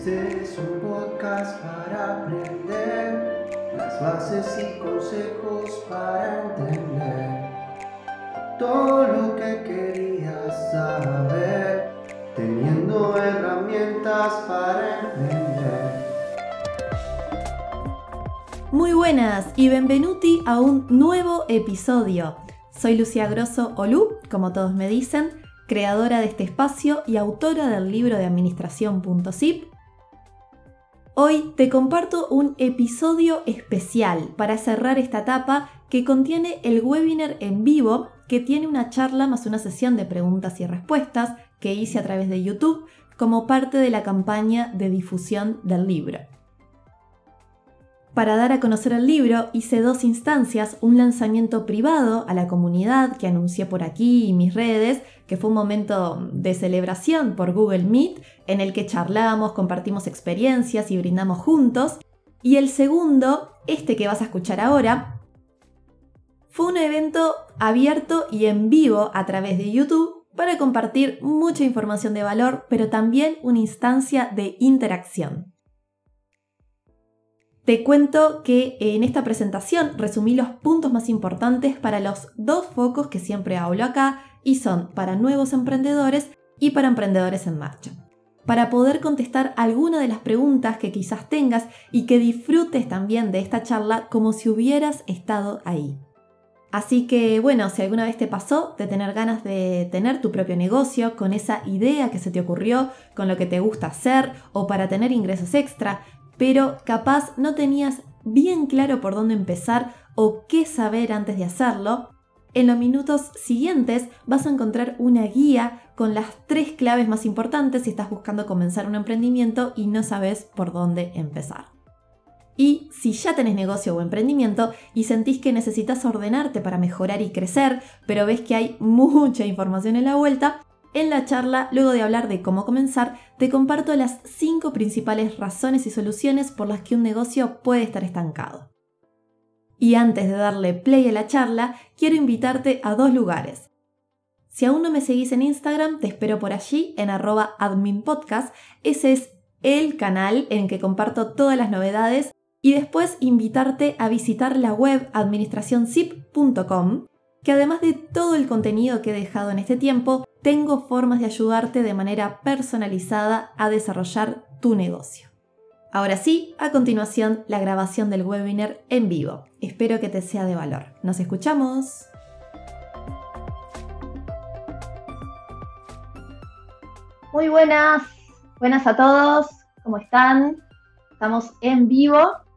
Este es un podcast para aprender las bases y consejos para entender todo lo que querías saber, teniendo herramientas para emprender. Muy buenas y benvenuti a un nuevo episodio. Soy Lucía Grosso o Lu, como todos me dicen, creadora de este espacio y autora del libro de administración.zip. Hoy te comparto un episodio especial para cerrar esta etapa que contiene el webinar en vivo, que tiene una charla más una sesión de preguntas y respuestas que hice a través de YouTube como parte de la campaña de difusión del libro. Para dar a conocer el libro hice 2 instancias, un lanzamiento privado a la comunidad que anuncié por aquí y mis redes, que fue un momento de celebración por Google Meet, en el que charlamos, compartimos experiencias y brindamos juntos. Y el segundo, este que vas a escuchar ahora, fue un evento abierto y en vivo a través de YouTube para compartir mucha información de valor, pero también una instancia de interacción. Te cuento que en esta presentación resumí los puntos más importantes para los 2 focos que siempre hablo acá y son para nuevos emprendedores y para emprendedores en marcha. Para poder contestar alguna de las preguntas que quizás tengas y que disfrutes también de esta charla como si hubieras estado ahí. Así que bueno, si alguna vez te pasó de tener ganas de tener tu propio negocio con esa idea que se te ocurrió, con lo que te gusta hacer o para tener ingresos extra, pero capaz no tenías bien claro por dónde empezar o qué saber antes de hacerlo, en los minutos siguientes vas a encontrar una guía con las 3 claves más importantes si estás buscando comenzar un emprendimiento y no sabes por dónde empezar. Y si ya tenés negocio o emprendimiento y sentís que necesitas ordenarte para mejorar y crecer, pero ves que hay mucha información en la vuelta, en la charla, luego de hablar de cómo comenzar, te comparto las 5 principales razones y soluciones por las que un negocio puede estar estancado. Y antes de darle play a la charla, quiero invitarte a 2 lugares. Si aún no me seguís en Instagram, te espero por allí en @adminpodcast. Ese es el canal en que comparto todas las novedades. Y después invitarte a visitar la web administracionzip.com, que además de todo el contenido que he dejado en este tiempo, tengo formas de ayudarte de manera personalizada a desarrollar tu negocio. Ahora sí, a continuación, la grabación del webinar en vivo. Espero que te sea de valor. ¡Nos escuchamos! Muy buenas a todos. ¿Cómo están? Estamos en vivo.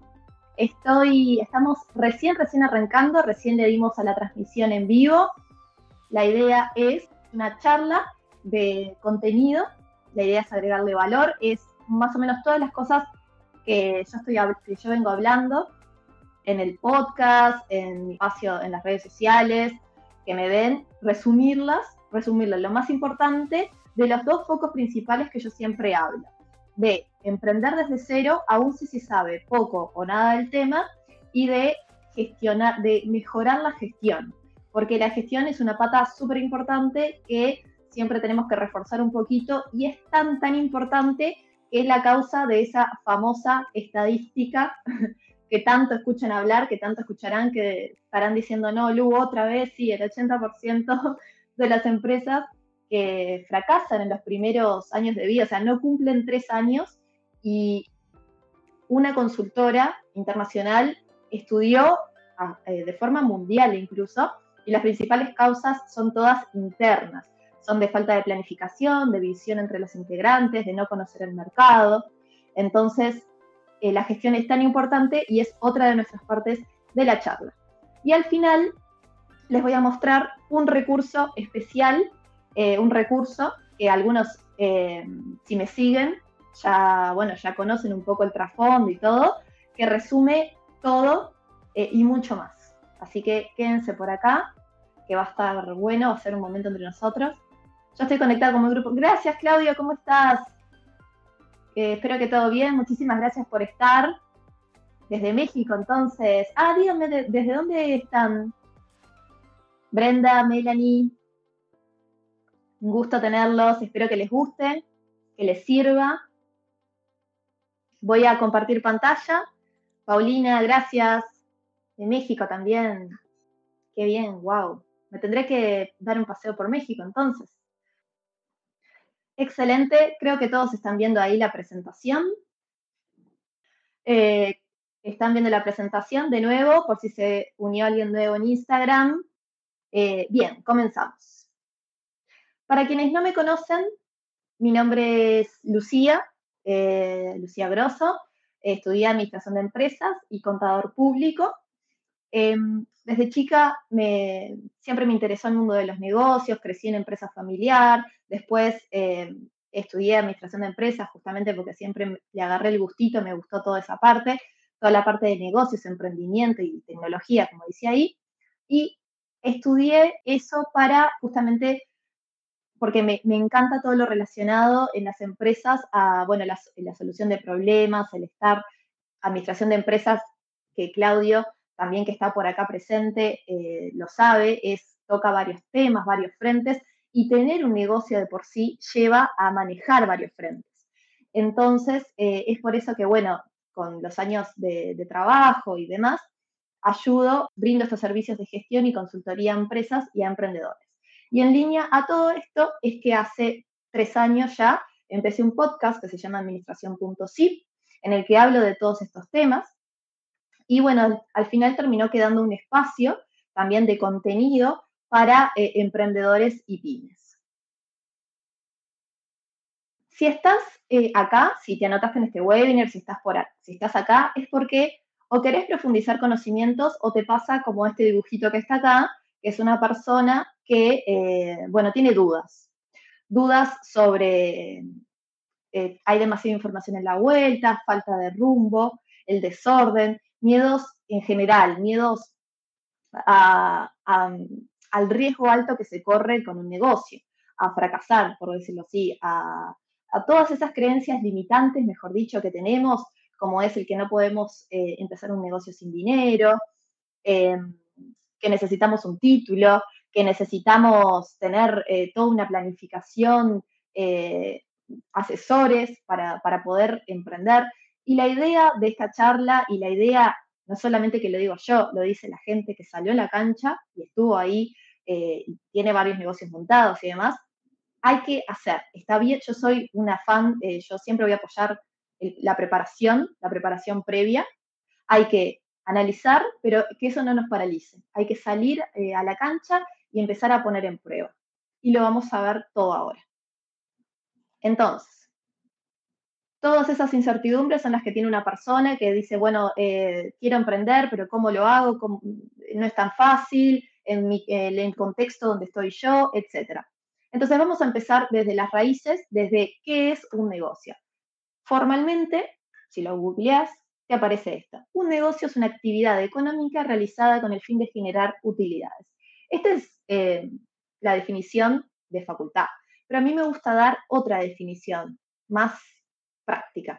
Estamos recién arrancando, recién le dimos a la transmisión en vivo. La idea es una charla de contenido, la idea es agregarle valor, es más o menos todas las cosas que yo vengo hablando en el podcast, en mi espacio, en las redes sociales, que me ven, resumirlas, lo más importante de los 2 focos principales que yo siempre hablo. De emprender desde cero, aún si se sabe poco o nada del tema, y de gestionar, de mejorar la gestión, porque la gestión es una pata súper importante que siempre tenemos que reforzar un poquito y es tan importante que es la causa de esa famosa estadística que tanto escuchan hablar, que tanto escucharán, que estarán diciendo, no, Lu, otra vez, sí, el 80% de las empresas que fracasan en los primeros años de vida, o sea, no cumplen 3 años, y una consultora internacional estudió de forma mundial incluso, y las principales causas son todas internas, son de falta de planificación, de visión entre los integrantes, de no conocer el mercado. Entonces, la gestión es tan importante y es otra de nuestras partes de la charla. Y al final les voy a mostrar un recurso especial, un recurso que algunos, si me siguen, ya conocen un poco el trasfondo y todo, que resume todo y mucho más. Así que quédense por acá, que va a estar bueno, va a ser un momento entre nosotros. Yo estoy conectada con mi grupo. Gracias, Claudia, ¿cómo estás? Espero que todo bien, muchísimas gracias por estar. Desde México, entonces. Díganme, ¿desde dónde están? Brenda, Melanie, un gusto tenerlos, espero que les guste, que les sirva. Voy a compartir pantalla. Paulina, gracias. De México también. Qué bien, wow. Me tendré que dar un paseo por México entonces. Excelente, creo que todos están viendo ahí la presentación. Están viendo la presentación de nuevo, por si se unió alguien nuevo en Instagram. Bien, comenzamos. Para quienes no me conocen, mi nombre es Lucía, Lucía Grosso. Estudié Administración de Empresas y Contador Público. Desde chica siempre me interesó el mundo de los negocios, crecí en empresa familiar, después estudié Administración de Empresas justamente porque siempre le agarré el gustito, me gustó toda esa parte, toda la parte de negocios, emprendimiento y tecnología, como decía ahí, y estudié eso para justamente porque me encanta todo lo relacionado en las empresas a, bueno, la solución de problemas, el estar, administración de empresas, que Claudio, también que está por acá presente, lo sabe, toca varios temas, varios frentes, y tener un negocio de por sí lleva a manejar varios frentes. Entonces, es por eso que, bueno, con los años de trabajo y demás, brindo estos servicios de gestión y consultoría a empresas y a emprendedores. Y en línea a todo esto es que hace 3 años ya empecé un podcast que se llama Administración.zip, en el que hablo de todos estos temas. Y bueno, al final terminó quedando un espacio también de contenido para emprendedores y pymes. Si estás acá, si te anotaste en este webinar, si estás acá, es porque o querés profundizar conocimientos o te pasa como este dibujito que está acá, que es una persona que, bueno, tiene dudas. Dudas sobre, hay demasiada información en la vuelta, falta de rumbo, el desorden, miedos en general, miedos al riesgo alto que se corre con un negocio, a fracasar, por decirlo así, a todas esas creencias limitantes, mejor dicho, que tenemos, como es el que no podemos empezar un negocio sin dinero, que necesitamos un título, que necesitamos tener toda una planificación, asesores para poder emprender. Y la idea de esta charla y la idea, no solamente que lo digo yo, lo dice la gente que salió en la cancha y estuvo ahí, y tiene varios negocios montados y demás, hay que hacer. Está bien, yo soy una fan, yo siempre voy a apoyar la preparación previa. Hay que analizar, pero que eso no nos paralice. Hay que salir a la cancha y empezar a poner en prueba. Y lo vamos a ver todo ahora. Entonces, todas esas incertidumbres son las que tiene una persona que dice, bueno, quiero emprender, pero ¿cómo lo hago? No es tan fácil, en el contexto donde estoy yo, etc. Entonces vamos a empezar desde las raíces, desde qué es un negocio. Formalmente, si lo googleás, te aparece esto. Un negocio es una actividad económica realizada con el fin de generar utilidades. Esta es la definición de facultad, pero a mí me gusta dar otra definición, más práctica.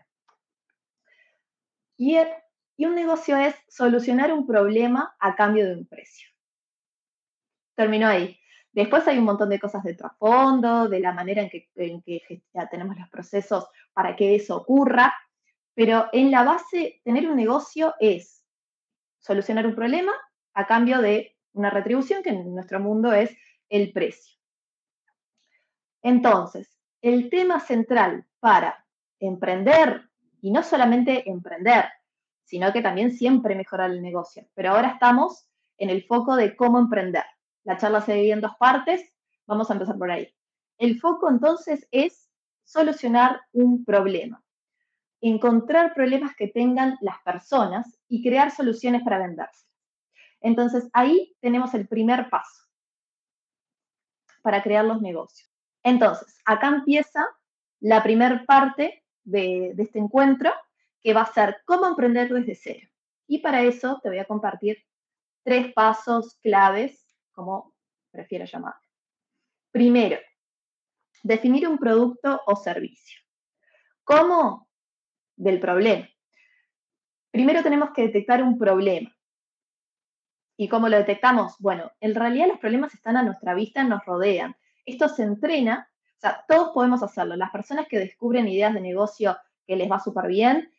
Y un negocio es solucionar un problema a cambio de un precio. Terminó ahí. Después hay un montón de cosas de trasfondo, de la manera en que ya tenemos los procesos para que eso ocurra, pero en la base, tener un negocio es solucionar un problema a cambio de una retribución, que en nuestro mundo es el precio. Entonces, el tema central para emprender, y no solamente emprender, sino que también siempre mejorar el negocio, pero ahora estamos en el foco de cómo emprender. La charla se divide en 2 partes, vamos a empezar por ahí. El foco entonces es solucionar un problema, encontrar problemas que tengan las personas y crear soluciones para venderse. Entonces ahí tenemos el primer paso para crear los negocios. Entonces, acá empieza la primera parte de este encuentro, que va a ser cómo emprender desde cero. Y para eso te voy a compartir 3 pasos claves, como prefiero llamarlo. Primero, definir un producto o servicio. ¿Cómo? Del problema. Primero tenemos que detectar un problema. ¿Y cómo lo detectamos? Bueno, en realidad los problemas están a nuestra vista, nos rodean. Esto se entrena, o sea, todos podemos hacerlo. Las personas que descubren ideas de negocio que les va súper bien,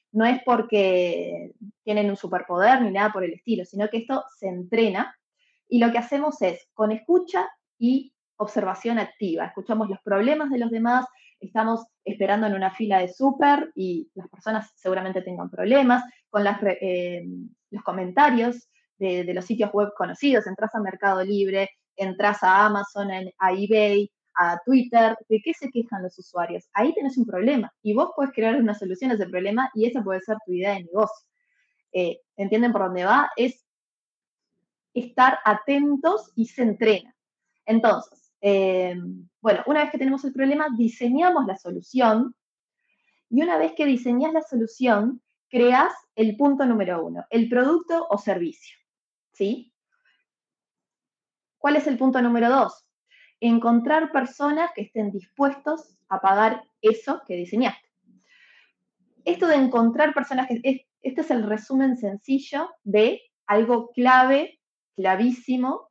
No es porque tienen un superpoder ni nada por el estilo, sino que esto se entrena y lo que hacemos es con escucha y observación activa. Escuchamos los problemas de los demás, estamos esperando en una fila de súper y las personas seguramente tengan problemas, con los comentarios de los sitios web conocidos, entras a Mercado Libre, entras a Amazon, a eBay, a Twitter, ¿de qué se quejan los usuarios? Ahí tenés un problema y vos podés crear una solución a ese problema y esa puede ser tu idea de negocio. ¿Entienden por dónde va? Es estar atentos y se entrena. Entonces, bueno, una vez que tenemos el problema, diseñamos la solución y una vez que diseñas la solución, creas el punto número 1, el producto o servicio. ¿Sí? ¿Cuál es el punto número 2? Encontrar personas que estén dispuestos a pagar eso que diseñaste. Esto de encontrar personas este es el resumen sencillo de algo clave, clavísimo,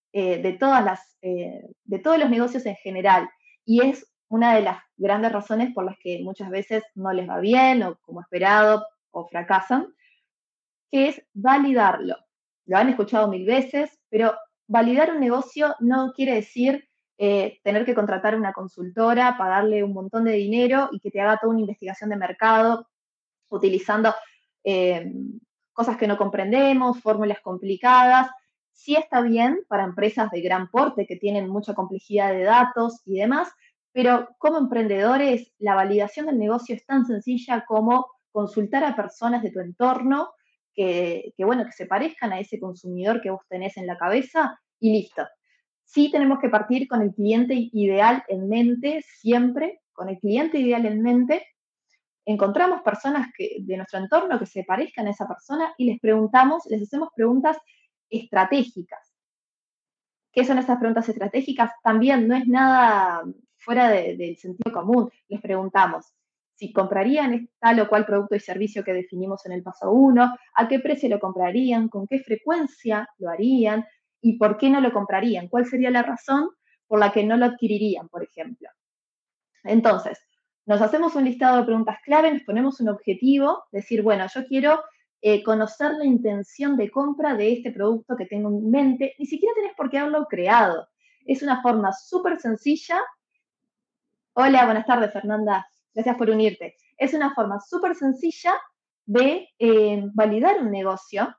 de todos los negocios en general. Y es una de las grandes razones por las que muchas veces no les va bien o como esperado o fracasan, que es validarlo. Lo han escuchado 1000 veces, pero validar un negocio no quiere decir tener que contratar una consultora, pagarle un montón de dinero y que te haga toda una investigación de mercado utilizando eh, cosas que no comprendemos, fórmulas complicadas. Sí está bien para empresas de gran porte que tienen mucha complejidad de datos y demás, pero como emprendedores la validación del negocio es tan sencilla como consultar a personas de tu entorno bueno, que se parezcan a ese consumidor que vos tenés en la cabeza y listo. Sí tenemos que partir con el cliente ideal en mente, siempre con el cliente ideal en mente. Encontramos personas de nuestro entorno que se parezcan a esa persona y les hacemos preguntas estratégicas. ¿Qué son esas preguntas estratégicas? También no es nada fuera del sentido común. Les preguntamos si comprarían tal o cual producto y servicio que definimos en el paso 1, a qué precio lo comprarían, con qué frecuencia lo harían y por qué no lo comprarían, cuál sería la razón por la que no lo adquirirían, por ejemplo. Entonces, nos hacemos un listado de preguntas clave, nos ponemos un objetivo, decir, bueno, yo quiero conocer la intención de compra de este producto que tengo en mente. Ni siquiera tenés por qué haberlo creado. Es una forma súper sencilla. Hola, buenas tardes, Fernanda. Gracias por unirte. Es una forma súper sencilla de validar un negocio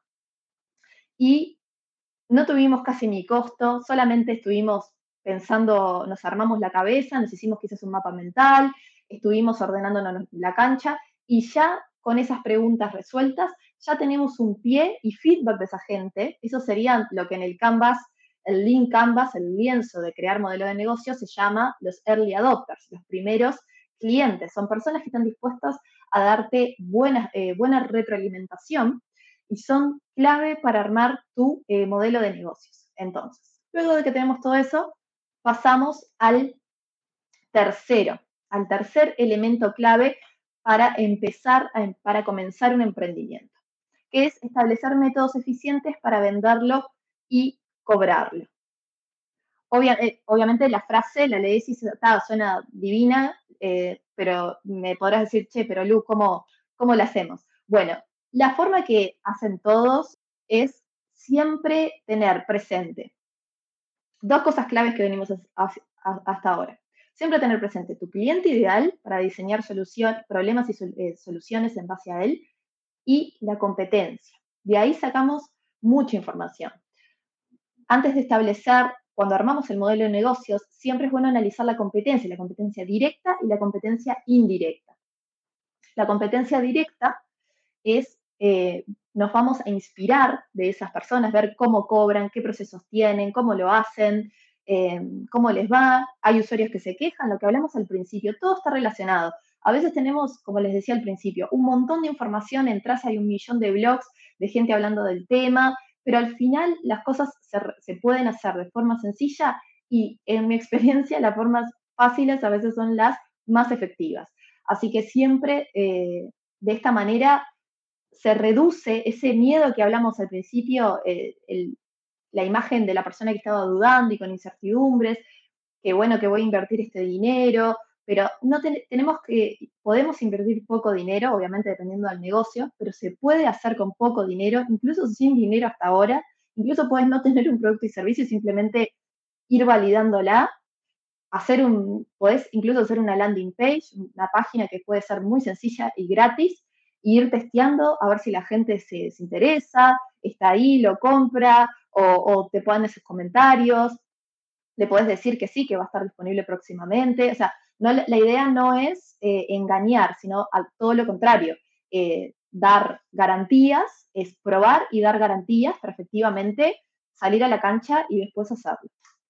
y no tuvimos casi ni costo, solamente estuvimos pensando, nos armamos la cabeza, nos hicimos quizás un mapa mental, estuvimos ordenándonos la cancha y ya con esas preguntas resueltas, ya tenemos un pie y feedback de esa gente. Eso sería lo que en el Canvas, el Lean Canvas, el lienzo de crear modelo de negocio, se llama los early adopters, los primeros clientes. Son personas que están dispuestas a darte buena retroalimentación y son clave para armar tu modelo de negocios. Entonces, luego de que tenemos todo eso, pasamos al tercer elemento clave para para comenzar un emprendimiento, que es establecer métodos eficientes para venderlo y cobrarlo. Obviamente la frase, la lees y suena divina, pero me podrás decir, che, pero Lu, ¿cómo la hacemos? Bueno, la forma que hacen todos es siempre tener presente dos cosas claves que venimos hasta ahora. Siempre tener presente tu cliente ideal para diseñar problemas y soluciones en base a él y la competencia. De ahí sacamos mucha información. Antes de establecer, cuando armamos el modelo de negocios, siempre es bueno analizar la competencia directa y la competencia indirecta. La competencia directa es, nos vamos a inspirar de esas personas, ver cómo cobran, qué procesos tienen, cómo lo hacen, cómo les va. Hay usuarios que se quejan, lo que hablamos al principio, todo está relacionado. A veces tenemos, como les decía al principio, un montón de información, entras, hay 1 millón de blogs de gente hablando del tema, pero al final las cosas se pueden hacer de forma sencilla y en mi experiencia las formas fáciles a veces son las más efectivas. Así que siempre de esta manera se reduce ese miedo que hablamos al principio, la imagen de la persona que estaba dudando y con incertidumbres, que bueno, que voy a invertir este dinero, pero no podemos invertir poco dinero, obviamente dependiendo del negocio, pero se puede hacer con poco dinero, incluso sin dinero hasta ahora, incluso puedes no tener un producto y servicio y simplemente ir validándola, podés incluso hacer una landing page, una página que puede ser muy sencilla y gratis, e ir testeando a ver si la gente se interesa, está ahí, lo compra, o te ponen esos comentarios, le podés decir que sí, que va a estar disponible próximamente. O sea, no, la idea no es engañar, sino todo lo contrario. Dar garantías, es probar y dar garantías para efectivamente salir a la cancha y después hacerlo.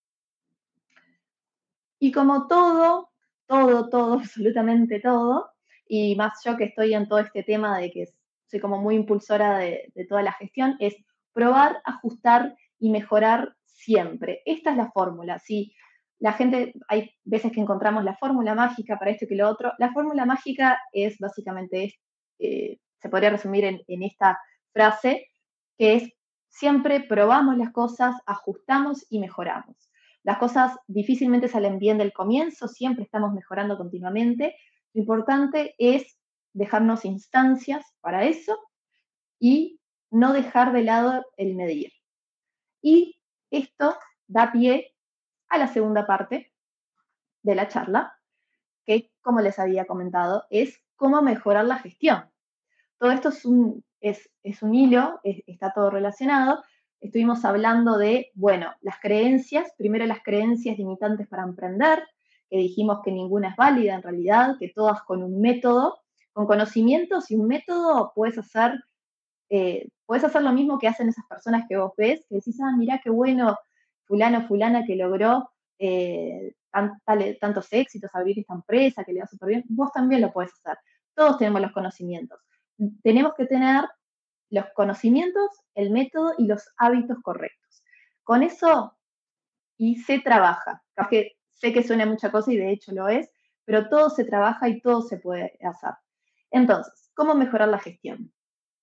Y como todo, absolutamente todo, y más yo que estoy en todo este tema de que soy como muy impulsora de toda la gestión, es probar, ajustar y mejorar siempre. Esta es la fórmula. Si la gente, hay veces que encontramos la fórmula mágica para esto y que lo otro. La fórmula mágica es básicamente, se podría resumir en esta frase, que es siempre probamos las cosas, ajustamos y mejoramos. Las cosas difícilmente salen bien del comienzo, siempre estamos mejorando continuamente. Lo importante es dejarnos instancias para eso y no dejar de lado el medir. Y esto da pie a la segunda parte de la charla, que, como les había comentado, es cómo mejorar la gestión. Todo esto es un hilo, está todo relacionado. Estuvimos hablando de, bueno, las creencias, primero las creencias limitantes para emprender, que dijimos que ninguna es válida en realidad, que todas con un método, con conocimientos y un método puedes hacer lo mismo que hacen esas personas que vos ves, que decís, mirá qué bueno, fulano, fulana que logró tantos éxitos, abrir esta empresa, que le va súper bien, vos también lo podés hacer. Todos tenemos los conocimientos. Tenemos que tener los conocimientos, el método y los hábitos correctos. Con eso, y se trabaja. Que sé que suena mucha cosa y de hecho lo es, pero todo se trabaja y todo se puede hacer. Entonces, ¿cómo mejorar la gestión?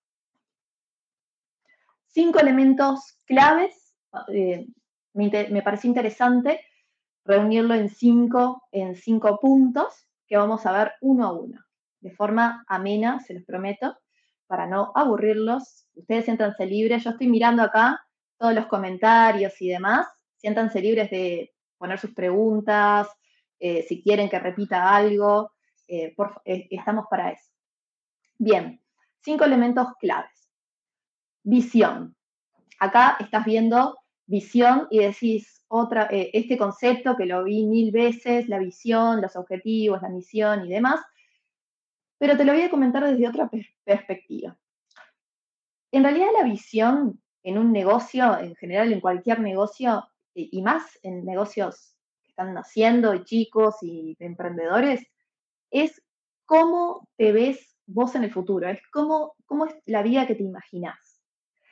5 elementos claves. Me pareció interesante reunirlo en cinco puntos que vamos a ver uno a uno, de forma amena, se los prometo, para no aburrirlos. Ustedes siéntanse libres. Yo estoy mirando acá todos los comentarios y demás. Siéntanse libres de poner sus preguntas, si quieren que repita algo. Estamos para eso. Bien, 5 elementos claves. Visión. Acá estás viendo visión y decís este concepto que lo vi 1000 veces, la visión, los objetivos, la misión y demás, pero te lo voy a comentar desde otra perspectiva. En realidad la visión en un negocio, en general en cualquier negocio, y más en negocios que están naciendo y chicos y emprendedores, es cómo te ves vos en el futuro, es cómo es la vida que te imaginás.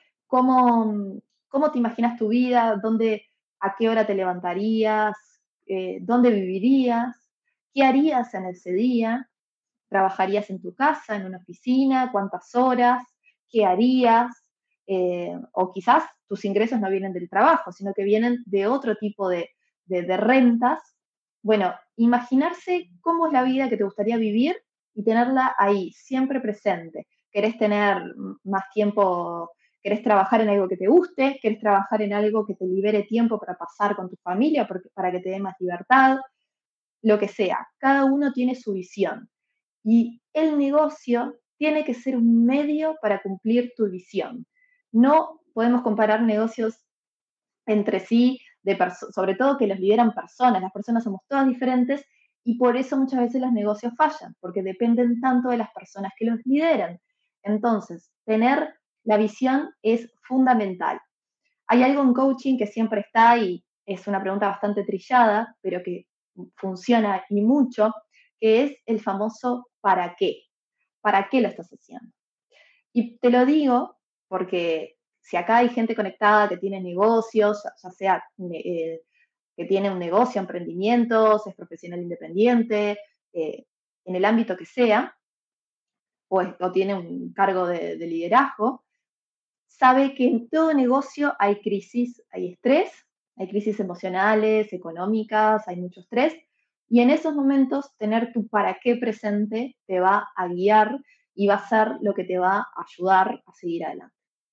¿Cómo te imaginas tu vida? ¿A qué hora te levantarías? ¿Dónde vivirías? ¿Qué harías en ese día? ¿Trabajarías en tu casa, en una oficina? ¿Cuántas horas? ¿Qué harías? O quizás tus ingresos no vienen del trabajo, sino que vienen de otro tipo de rentas. Bueno, imaginarse cómo es la vida que te gustaría vivir y tenerla ahí, siempre presente. ¿Querés tener más tiempo? ¿Querés trabajar en algo que te guste? ¿Querés trabajar en algo que te libere tiempo para pasar con tu familia, para que te dé más libertad? Lo que sea, cada uno tiene su visión. Y el negocio tiene que ser un medio para cumplir tu visión. No podemos comparar negocios entre sí, sobre todo que los lideran personas. Las personas somos todas diferentes y por eso muchas veces los negocios fallan, porque dependen tanto de las personas que los lideran. Entonces, tener la visión es fundamental. Hay algo en coaching que siempre está y es una pregunta bastante trillada, pero que funciona y mucho, que es el famoso ¿para qué? ¿Para qué lo estás haciendo? Y te lo digo porque si acá hay gente conectada que tiene negocios, ya sea que tiene un negocio, emprendimientos, es profesional independiente, en el ámbito que sea, o tiene un cargo de liderazgo, sabe que en todo negocio hay crisis, hay estrés, hay crisis emocionales, económicas, hay mucho estrés, Y en esos momentos, tener tu para qué presente te va a guiar y va a ser lo que te va a ayudar a seguir adelante.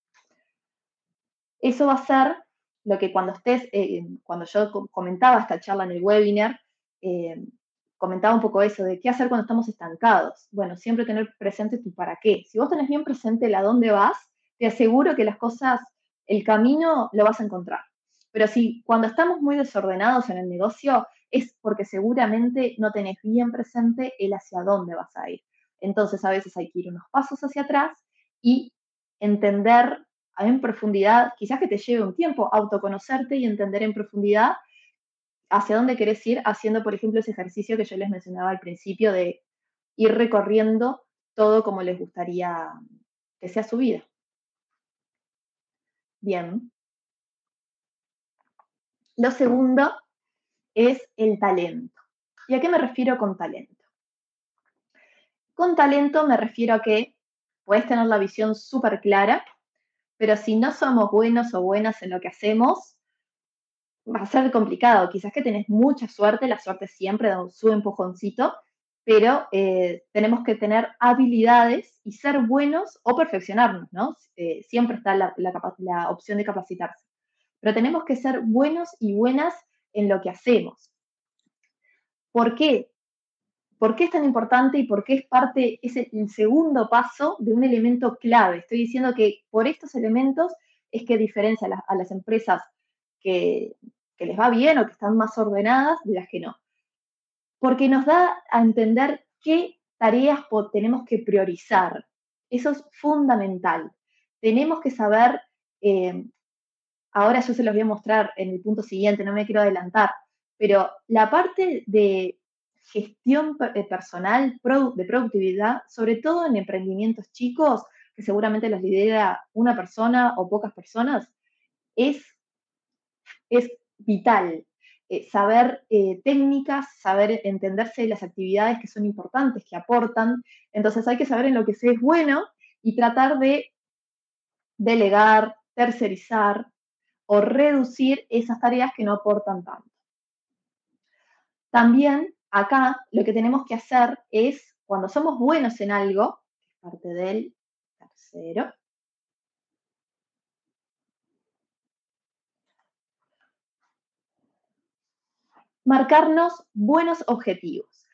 Eso va a ser lo que cuando yo comentaba esta charla en el webinar, eh, comentaba un poco eso, de qué hacer cuando estamos estancados. Bueno, siempre tener presente tu para qué. Si vos tenés bien presente el a dónde vas, te aseguro que las cosas, el camino lo vas a encontrar. Pero si cuando estamos muy desordenados en el negocio, es porque seguramente no tenés bien presente el hacia dónde vas a ir. Entonces, a veces hay que ir unos pasos hacia atrás y entender en profundidad, quizás que te lleve un tiempo, autoconocerte y entender en profundidad hacia dónde querés ir, haciendo, por ejemplo, ese ejercicio que yo les mencionaba al principio de ir recorriendo todo como les gustaría que sea su vida. Bien. Lo segundo es el talento. ¿Y a qué me refiero con talento? Con talento me refiero a que puedes tener la visión súper clara, pero si no somos buenos o buenas en lo que hacemos, va a ser complicado. Quizás que tenés mucha suerte, la suerte siempre da su empujoncito, pero tenemos que tener habilidades y ser buenos o perfeccionarnos, ¿no? Siempre está la opción de capacitarse. Pero tenemos que ser buenos y buenas en lo que hacemos. ¿Por qué? ¿Por qué es tan importante y por qué es el segundo paso de un elemento clave? Estoy diciendo que por estos elementos es que diferencia a las empresas que, que les va bien o que están más ordenadas de las que no. Porque nos da a entender qué tareas tenemos que priorizar. Eso es fundamental. Tenemos que saber, ahora yo se los voy a mostrar en el punto siguiente, no me quiero adelantar, pero la parte de gestión personal, de productividad, sobre todo en emprendimientos chicos, que seguramente los lidera una persona o pocas personas, es es vital. Saber técnicas, saber entenderse de las actividades que son importantes, que aportan. Entonces hay que saber en lo que se es bueno y tratar de delegar, tercerizar o reducir esas tareas que no aportan tanto. También acá lo que tenemos que hacer es, cuando somos buenos en algo, parte del tercero, marcarnos buenos objetivos.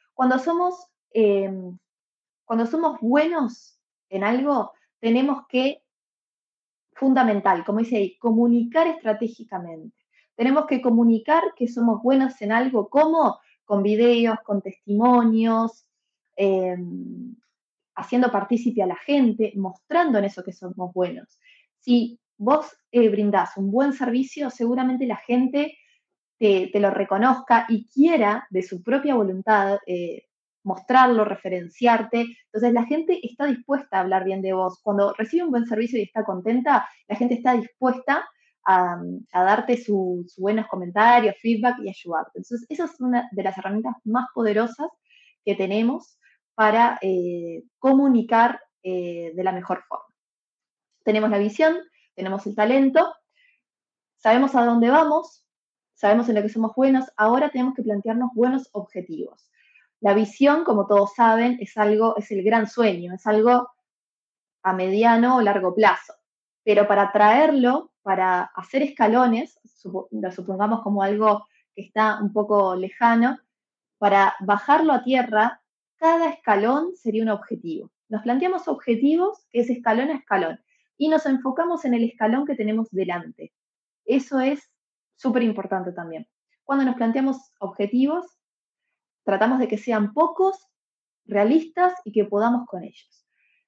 Cuando somos buenos en algo, tenemos que, fundamental, como dice ahí, comunicar estratégicamente. Tenemos que comunicar que somos buenos en algo, como con videos, con testimonios, eh, haciendo partícipe a la gente, mostrando en eso que somos buenos. Si vos brindás un buen servicio, seguramente la gente te lo reconozca y quiera de su propia voluntad mostrarlo, referenciarte. Entonces la gente está dispuesta a hablar bien de vos. Cuando recibe un buen servicio y está contenta, la gente está dispuesta a darte sus buenos comentarios, feedback y ayudarte. Entonces esa es una de las herramientas más poderosas que tenemos para comunicar de la mejor forma. Tenemos la visión, tenemos el talento, sabemos a dónde vamos, sabemos en lo que somos buenos, ahora tenemos que plantearnos buenos objetivos. La visión, como todos saben, es el gran sueño, es algo a mediano o largo plazo. Pero para traerlo, para hacer escalones, lo supongamos como algo que está un poco lejano, para bajarlo a tierra, cada escalón sería un objetivo. Nos planteamos objetivos que es escalón a escalón y nos enfocamos en el escalón que tenemos delante. Eso es súper importante también. Cuando nos planteamos objetivos, tratamos de que sean pocos, realistas y que podamos con ellos.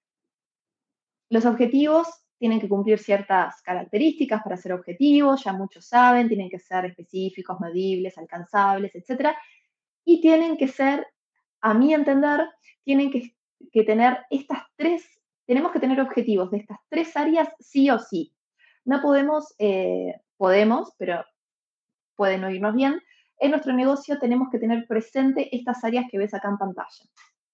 Los objetivos tienen que cumplir ciertas características para ser objetivos, ya muchos saben, tienen que ser específicos, medibles, alcanzables, etc. Y tienen que ser, a mi entender, tienen que tener tenemos que tener objetivos de estas tres áreas sí o sí. No podemos, pero puede no irnos bien, en nuestro negocio tenemos que tener presente estas áreas que ves acá en pantalla.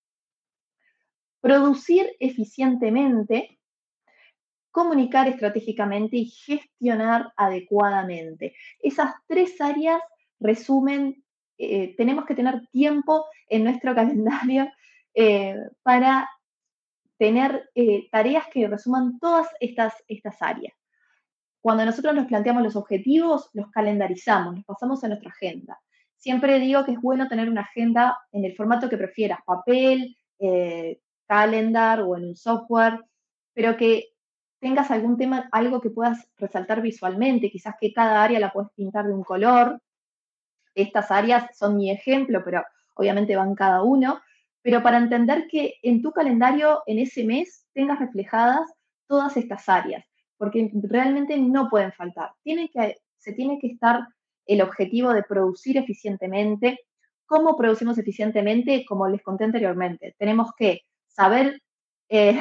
Producir eficientemente, comunicar estratégicamente y gestionar adecuadamente. Esas tres áreas resumen tenemos que tener tiempo en nuestro calendario para tener tareas que resuman todas estas áreas. Cuando nosotros nos planteamos los objetivos, los calendarizamos, los pasamos a nuestra agenda. Siempre digo que es bueno tener una agenda en el formato que prefieras, papel, calendar o en un software, pero que tengas algún tema, algo que puedas resaltar visualmente, quizás que cada área la puedes pintar de un color. Estas áreas son mi ejemplo, pero obviamente van cada uno, pero para entender que en tu calendario, en ese mes, tengas reflejadas todas estas áreas, porque realmente no pueden faltar. Se tiene que estar el objetivo de producir eficientemente. ¿Cómo producimos eficientemente? Como les conté anteriormente, tenemos que saber, eh,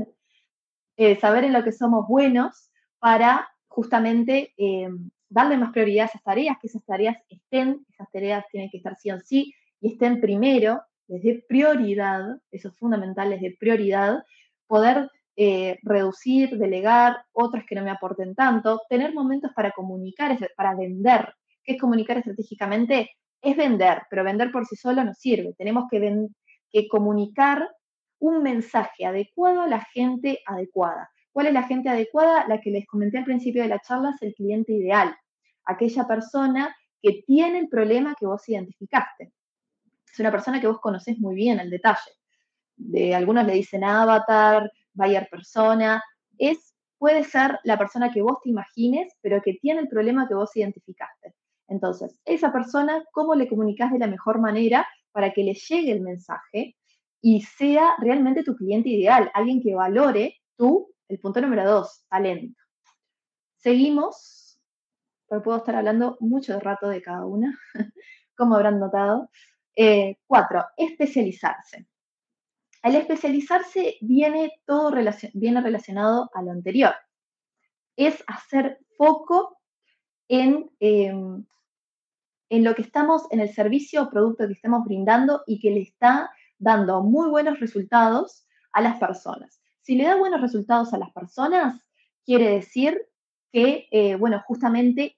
saber en lo que somos buenos para justamente darle más prioridad a esas tareas, que esas tareas tienen que estar sí o sí y estén primero, les dé prioridad, eso es fundamental, les dé prioridad, poder reducir, delegar, otras que no me aporten tanto, tener momentos para comunicar, para vender. ¿Qué es comunicar estratégicamente? Es vender, pero vender por sí solo no sirve. Tenemos que comunicar un mensaje adecuado a la gente adecuada. ¿Cuál es la gente adecuada? La que les comenté al principio de la charla es el cliente ideal, aquella persona que tiene el problema que vos identificaste. Es una persona que vos conocés muy bien al detalle. De algunos le dicen avatar, buyer persona, puede ser la persona que vos te imagines, pero que tiene el problema que vos identificaste. Entonces, esa persona, ¿cómo le comunicas de la mejor manera para que le llegue el mensaje y sea realmente tu cliente ideal, alguien que valore el punto número 2, talento? Seguimos, porque puedo estar hablando mucho rato de cada una, como habrán notado. 4, especializarse. Al especializarse viene relacionado a lo anterior. Es hacer foco en lo que estamos, en el servicio o producto que estamos brindando y que le está dando muy buenos resultados a las personas. Si le da buenos resultados a las personas, quiere decir que, justamente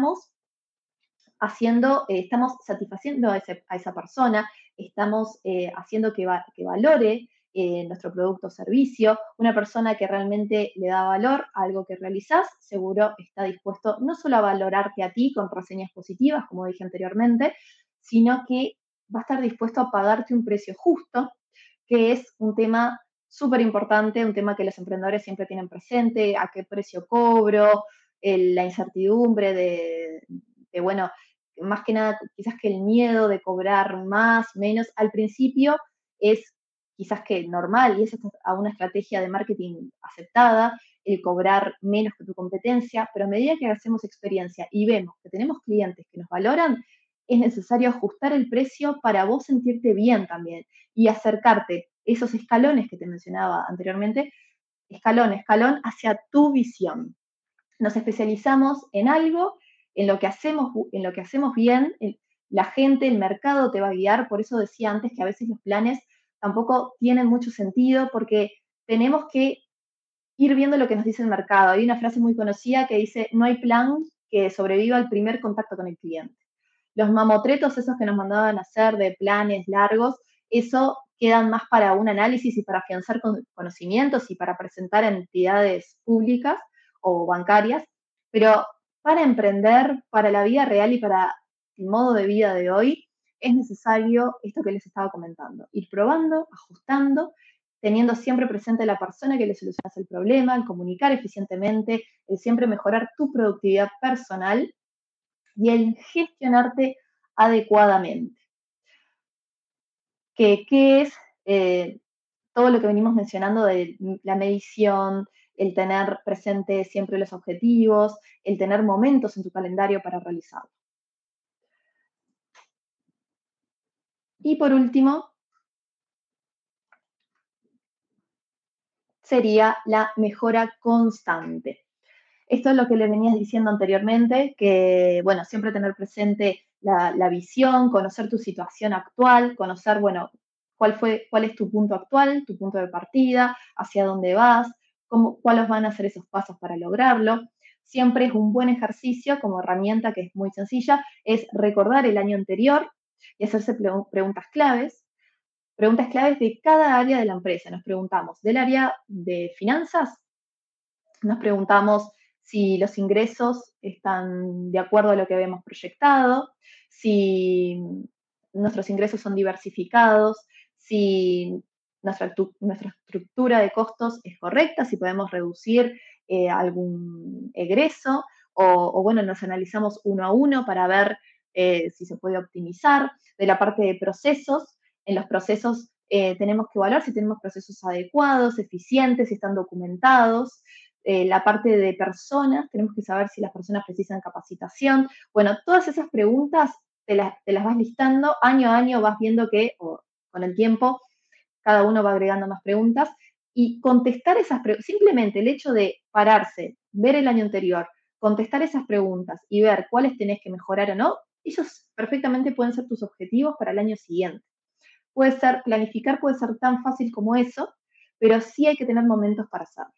estamos satisfaciendo a esa persona, estamos haciendo que valore nuestro producto o servicio. Una persona que realmente le da valor a algo que realizás, seguro está dispuesto no solo a valorarte a ti con reseñas positivas, como dije anteriormente, sino que va a estar dispuesto a pagarte un precio justo, que es un tema súper importante, un tema que los emprendedores siempre tienen presente, a qué precio cobro, la incertidumbre bueno, más que nada, quizás que el miedo de cobrar más, menos, al principio es quizás que normal y es a una estrategia de marketing aceptada, el cobrar menos que tu competencia, pero a medida que hacemos experiencia y vemos que tenemos clientes que nos valoran, es necesario ajustar el precio para vos sentirte bien también y acercarte esos escalones que te mencionaba anteriormente, escalón a escalón hacia tu visión. Nos especializamos en algo, en lo que hacemos bien, la gente, el mercado te va a guiar, por eso decía antes que a veces los planes tampoco tienen mucho sentido porque tenemos que ir viendo lo que nos dice el mercado. Hay una frase muy conocida que dice, no hay plan que sobreviva al primer contacto con el cliente. Los mamotretos esos que nos mandaban a hacer de planes largos, eso quedan más para un análisis y para afianzar conocimientos y para presentar en entidades públicas o bancarias, pero para emprender, para la vida real y para el modo de vida de hoy, es necesario esto que les estaba comentando, ir probando, ajustando, teniendo siempre presente a la persona que le solucionas el problema, el comunicar eficientemente, el siempre mejorar tu productividad personal y el gestionarte adecuadamente. ¿Qué es todo lo que venimos mencionando de la medición, el tener presente siempre los objetivos, el tener momentos en tu calendario para realizarlo? Y por último, sería la mejora constante. Esto es lo que le venías diciendo anteriormente, que, bueno, siempre tener presente la visión, conocer tu situación actual, conocer, bueno, cuál es tu punto actual, tu punto de partida, hacia dónde vas, cuáles van a ser esos pasos para lograrlo. Siempre es un buen ejercicio como herramienta que es muy sencilla, es recordar el año anterior, y hacerse preguntas claves de cada área de la empresa. Nos preguntamos, del área de finanzas, nos preguntamos si los ingresos están de acuerdo a lo que habíamos proyectado, si nuestros ingresos son diversificados, si nuestra estructura de costos es correcta, si podemos reducir algún egreso, o bueno, nos analizamos uno a uno para ver si se puede optimizar. De la parte de procesos, en los procesos tenemos que evaluar si tenemos procesos adecuados, eficientes, si están documentados. La parte de personas, tenemos que saber si las personas precisan capacitación. Bueno, todas esas preguntas te las vas listando, año a año vas viendo que con el tiempo cada uno va agregando más preguntas y contestar esas preguntas, simplemente el hecho de pararse, ver el año anterior, contestar esas preguntas y ver cuáles tenés que mejorar o no, esos perfectamente pueden ser tus objetivos para el año siguiente. Planificar puede ser tan fácil como eso, pero sí hay que tener momentos para hacerlo.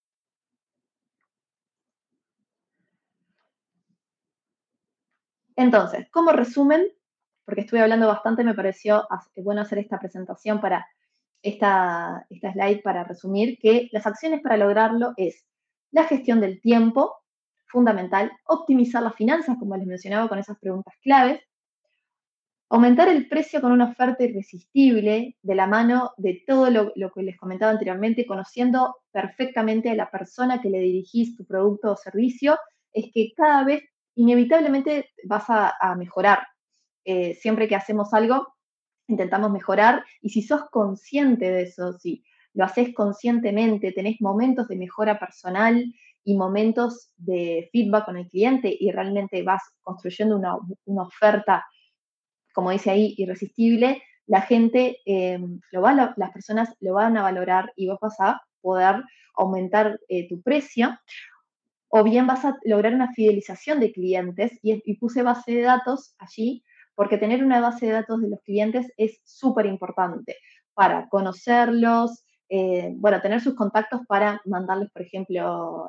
Entonces, como resumen, porque estuve hablando bastante, me pareció bueno hacer esta presentación para esta slide para resumir, que las acciones para lograrlo es la gestión del tiempo, fundamental, optimizar las finanzas, como les mencionaba con esas preguntas claves, aumentar el precio con una oferta irresistible de la mano de todo lo que les comentaba anteriormente, conociendo perfectamente a la persona que le dirigís tu producto o servicio, es que cada vez inevitablemente vas a mejorar. Siempre que hacemos algo, intentamos mejorar y si sos consciente de eso, si lo haces conscientemente, tenés momentos de mejora personal y momentos de feedback con el cliente y realmente vas construyendo una oferta, como dice ahí, irresistible, la gente, las personas lo van a valorar y vos vas a poder aumentar tu precio, o bien vas a lograr una fidelización de clientes, y puse base de datos allí, porque tener una base de datos de los clientes es súper importante para conocerlos, bueno, tener sus contactos para mandarles, por ejemplo,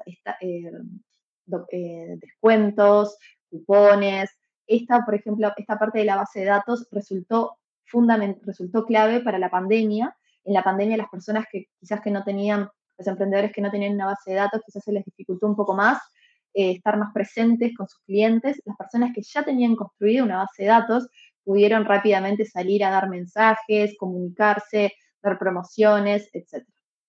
descuentos, cupones. Por ejemplo, esta parte de la base de datos resultó clave para la pandemia. En la pandemia las personas que quizás que no tenían, los emprendedores que no tenían una base de datos, quizás se les dificultó un poco más estar más presentes con sus clientes. Las personas que ya tenían construida una base de datos pudieron rápidamente salir a dar mensajes, comunicarse, dar promociones, etc.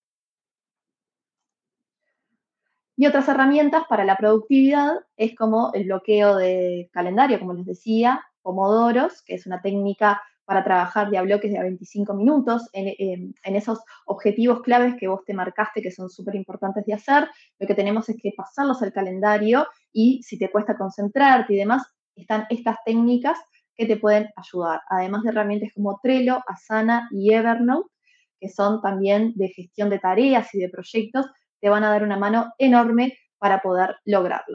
Y otras herramientas para la productividad es como el bloqueo de calendario, como les decía, Pomodoros, que es una técnica para trabajar de a bloques de a 25 minutos en esos objetivos claves que vos te marcaste, que son súper importantes de hacer. Lo que tenemos es que pasarlos al calendario y si te cuesta concentrarte y demás, están estas técnicas que te pueden ayudar, además de herramientas como Trello, Asana y Evernote, que son también de gestión de tareas y de proyectos, te van a dar una mano enorme para poder lograrlo.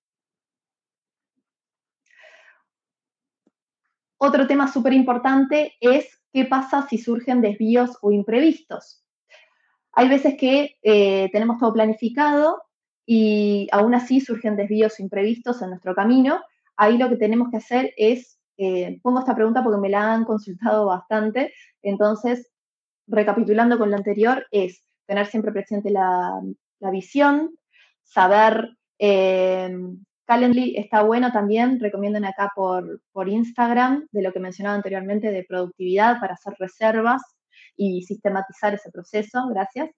Otro tema súper importante es qué pasa si surgen desvíos o imprevistos. Hay veces que tenemos todo planificado y aún así surgen desvíos o imprevistos en nuestro camino. Ahí lo que tenemos que hacer es, pongo esta pregunta porque me la han consultado bastante, entonces, recapitulando con lo anterior, es tener siempre presente la visión, saber, Calendly está bueno también, recomiendan acá por Instagram, de lo que mencionaba anteriormente, de productividad para hacer reservas y sistematizar ese proceso, gracias.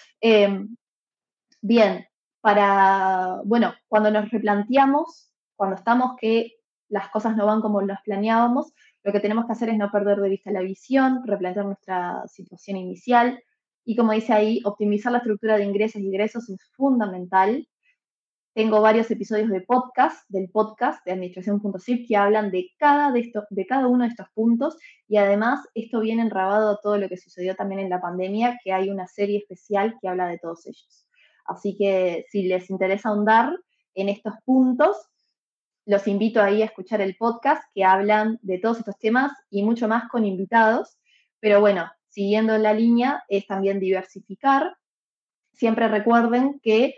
Bien, bueno, cuando nos replanteamos, cuando estamos que las cosas no van como las planeábamos, lo que tenemos que hacer es no perder de vista la visión, replantear nuestra situación inicial y, como dice ahí, optimizar la estructura de ingresos y egresos es fundamental. Tengo varios episodios del podcast de administración.zip que hablan de cada uno de estos puntos y además esto viene enrabado a todo lo que sucedió también en la pandemia, que hay una serie especial que habla de todos ellos. Así que si les interesa ahondar en estos puntos, los invito ahí a escuchar el podcast que hablan de todos estos temas y mucho más con invitados. Pero bueno, siguiendo la línea, es también diversificar. Siempre recuerden que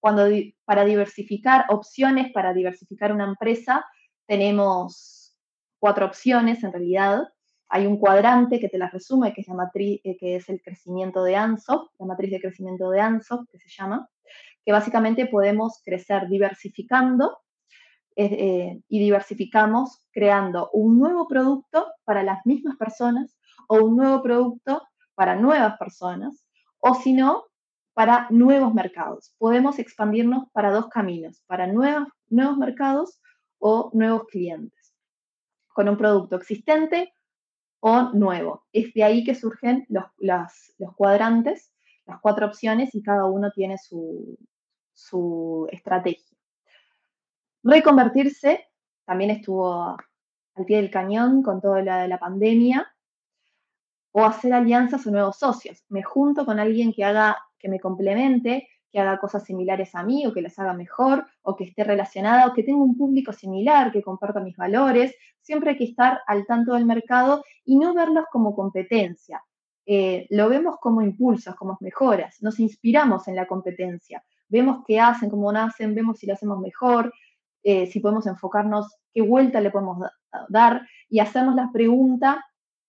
para diversificar opciones, para diversificar una empresa, tenemos 4 opciones en realidad. Hay un cuadrante que te las resume, que es la matriz, que es el crecimiento de Ansoff, la matriz de crecimiento de Ansoff, que se llama, que básicamente podemos crecer diversificando y diversificamos creando un nuevo producto para las mismas personas o un nuevo producto para nuevas personas, o si no, para nuevos mercados. Podemos expandirnos para 2 caminos, para nuevos mercados o nuevos clientes, con un producto existente o nuevo. Es de ahí que surgen los cuadrantes, las 4 opciones, y cada uno tiene su estrategia. Reconvertirse también estuvo al pie del cañón con todo lo de la pandemia, o hacer alianzas o nuevos socios. Me junto con alguien que me complemente, que haga cosas similares a mí o que las haga mejor o que esté relacionada o que tenga un público similar, que comparta mis valores. Siempre hay que estar al tanto del mercado y no verlos como competencia. Lo vemos como impulsos, como mejoras. Nos inspiramos en la competencia. Vemos qué hacen, cómo nacen, vemos si lo hacemos mejor, si podemos enfocarnos, qué vuelta le podemos dar y hacernos la pregunta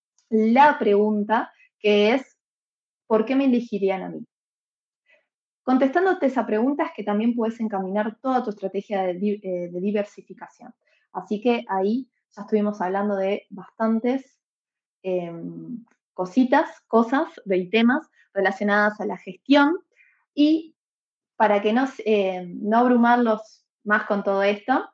que es, ¿por qué me elegirían a mí? Contestándote esa pregunta es que también puedes encaminar toda tu estrategia de diversificación. Así que ahí ya estuvimos hablando de bastantes cosas y temas relacionadas a la gestión. Y para que no abrumarlos más con todo esto,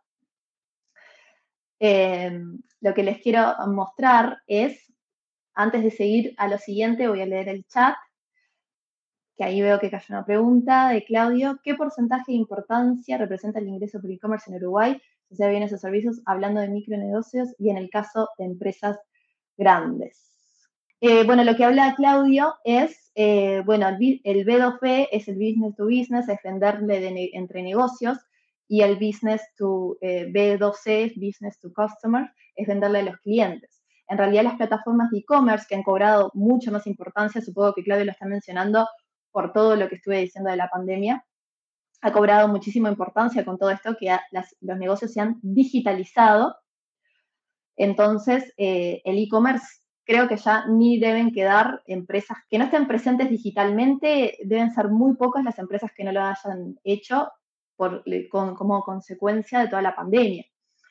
lo que les quiero mostrar es, antes de seguir a lo siguiente, voy a leer el chat, que ahí veo que cayó una pregunta de Claudio. ¿Qué porcentaje de importancia representa el ingreso por e-commerce en Uruguay, ya sea bienes o servicios, hablando de micronegocios y en el caso de empresas grandes? Bueno, lo que habla Claudio es, bueno, el B2B es el business to business, es venderle entre negocios, y el business to B2C es business to customer, es venderle a los clientes. En realidad las plataformas de e-commerce que han cobrado mucha más importancia, supongo que Claudio lo está mencionando por todo lo que estuve diciendo de la pandemia, ha cobrado muchísima importancia con todo esto, que los negocios se han digitalizado. Entonces, el e-commerce creo que ya ni deben quedar empresas que no estén presentes digitalmente, deben ser muy pocas las empresas que no lo hayan hecho como consecuencia de toda la pandemia.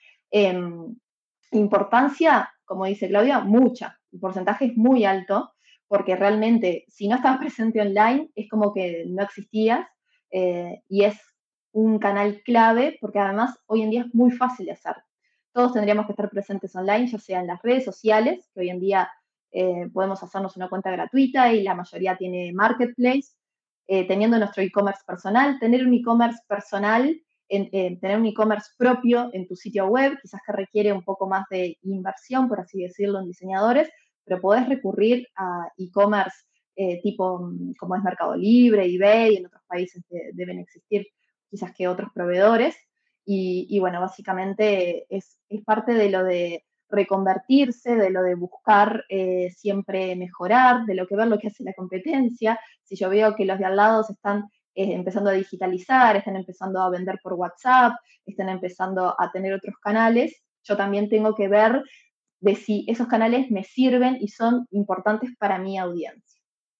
Importancia, como dice Claudia, mucha. El porcentaje es muy alto, porque realmente si no estabas presente online es como que no existías, y es un canal clave porque además hoy en día es muy fácil de hacer. Todos tendríamos que estar presentes online, ya sea en las redes sociales, que hoy en día podemos hacernos una cuenta gratuita y la mayoría tiene marketplace, teniendo nuestro e-commerce personal, tener un e-commerce personal, tener un e-commerce propio en tu sitio web, quizás que requiere un poco más de inversión, por así decirlo, en diseñadores, pero podés recurrir a e-commerce tipo como es Mercado Libre, eBay, en otros países deben existir quizás que otros proveedores. Y bueno, básicamente es parte de lo de reconvertirse, de lo de buscar siempre mejorar, de lo que ver lo que hace la competencia. Si yo veo que los de al lado se están empezando a digitalizar, están empezando a vender por WhatsApp, están empezando a tener otros canales, yo también tengo que ver de si esos canales me sirven y son importantes para mi audiencia.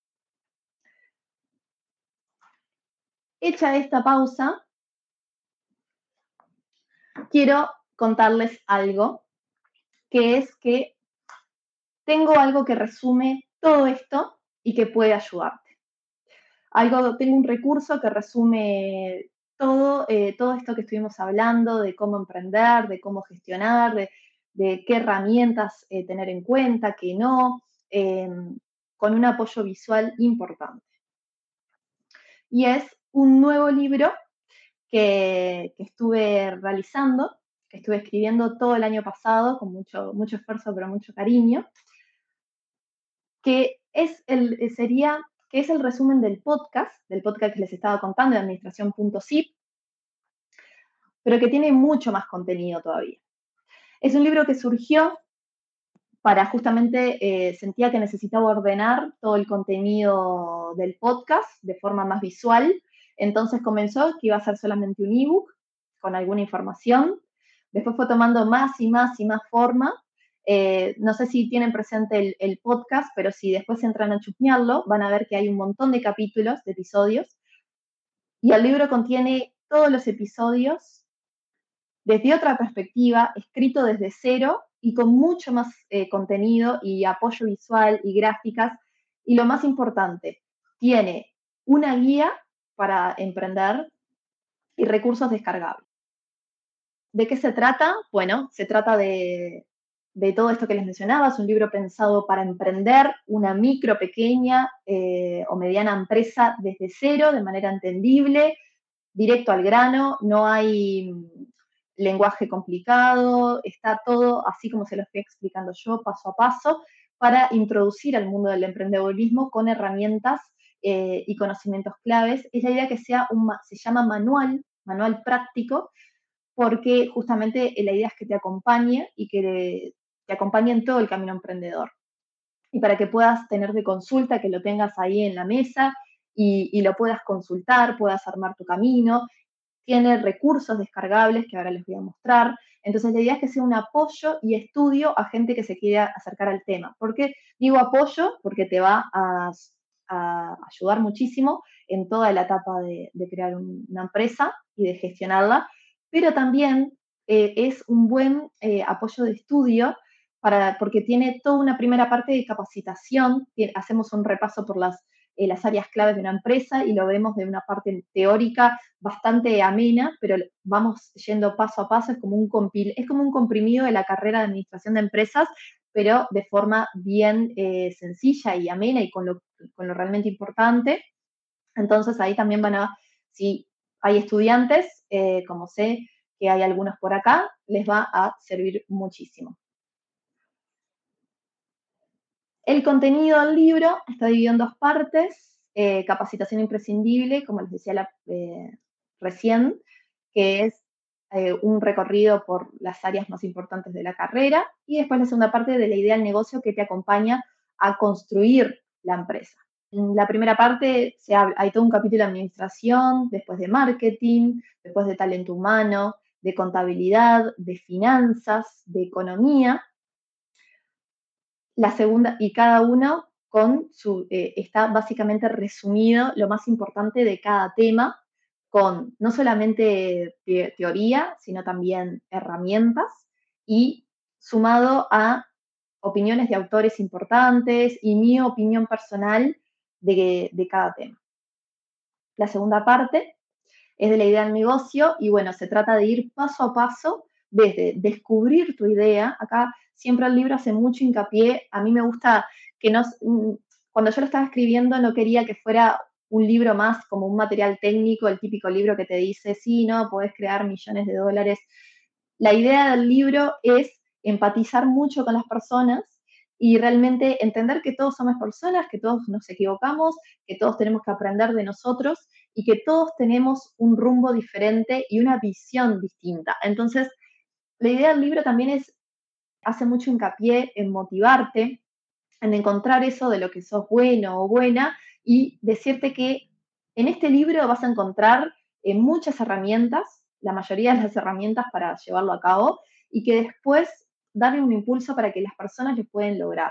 Hecha esta pausa, quiero contarles algo, que es que tengo algo que resume todo esto y que puede ayudarte. Tengo un recurso que resume todo esto que estuvimos hablando, de cómo emprender, de cómo gestionar, de qué herramientas tener en cuenta, qué no, con un apoyo visual importante. Y es un nuevo libro que estuve realizando, que estuve escribiendo todo el año pasado con mucho esfuerzo, pero mucho cariño, que es el resumen del podcast que les estaba contando, de administración.zip, pero que tiene mucho más contenido todavía. Es un libro que surgió para justamente, sentía que necesitaba ordenar todo el contenido del podcast de forma más visual. Entonces comenzó que iba a ser solamente un ebook con alguna información. Después fue tomando más y más y más forma, No sé si tienen presente el podcast, pero si después entran a chusmearlo, van a ver que hay un montón de capítulos, de episodios, y el libro contiene todos los episodios desde otra perspectiva, escrito desde cero y con mucho más contenido y apoyo visual y gráficas. Y lo más importante, tiene una guía para emprender y recursos descargables. ¿De qué se trata? Bueno, se trata de todo esto que les mencionaba. Es un libro pensado para emprender una micro, pequeña o mediana empresa desde cero, de manera entendible, directo al grano, no hay lenguaje complicado, está todo así como se lo estoy explicando yo, paso a paso, para introducir al mundo del emprendedorismo con herramientas y conocimientos claves. Es la idea que sea se llama manual práctico, porque justamente la idea es que te acompañe y que te acompañe en todo el camino emprendedor. Y para que puedas tener de consulta, que lo tengas ahí en la mesa y lo puedas consultar, puedas armar tu camino. Tiene recursos descargables que ahora les voy a mostrar. Entonces, la idea es que sea un apoyo y estudio a gente que se quiera acercar al tema. ¿Por qué digo apoyo? Porque te va a ayudar muchísimo en toda la etapa de crear una empresa y de gestionarla, pero también es un buen apoyo de estudio porque tiene toda una primera parte de capacitación. Hacemos un repaso por las áreas claves de una empresa y lo vemos de una parte teórica bastante amena, pero vamos yendo paso a paso. Es como un comprimido de la carrera de administración de empresas, pero de forma bien sencilla y amena y con lo realmente importante. Entonces ahí también si hay estudiantes, como sé que hay algunos por acá, les va a servir muchísimo. El contenido del libro está dividido en dos partes: capacitación imprescindible, como les decía recién, que es un recorrido por las áreas más importantes de la carrera, y después la segunda parte de la idea del negocio que te acompaña a construir la empresa. En la primera parte hay todo un capítulo de administración, después de marketing, después de talento humano, de contabilidad, de finanzas, de economía. La segunda, y cada uno está básicamente resumido lo más importante de cada tema, con no solamente teoría, sino también herramientas, y sumado a opiniones de autores importantes y mi opinión personal de cada tema. La segunda parte es de la idea del negocio y bueno, se trata de ir paso a paso desde descubrir tu idea. Acá siempre el libro hace mucho hincapié. A mí me gusta que cuando yo lo estaba escribiendo no quería que fuera un libro más como un material técnico, el típico libro que te dice, sí, no, podés crear millones de dólares. La idea del libro es empatizar mucho con las personas y realmente entender que todos somos personas, que todos nos equivocamos, que todos tenemos que aprender de nosotros y que todos tenemos un rumbo diferente y una visión distinta. Entonces, la idea del libro también hace mucho hincapié en motivarte, en encontrar eso de lo que sos bueno o buena y decirte que en este libro vas a encontrar muchas herramientas, la mayoría de las herramientas para llevarlo a cabo, y que después darle un impulso para que las personas lo pueden lograr.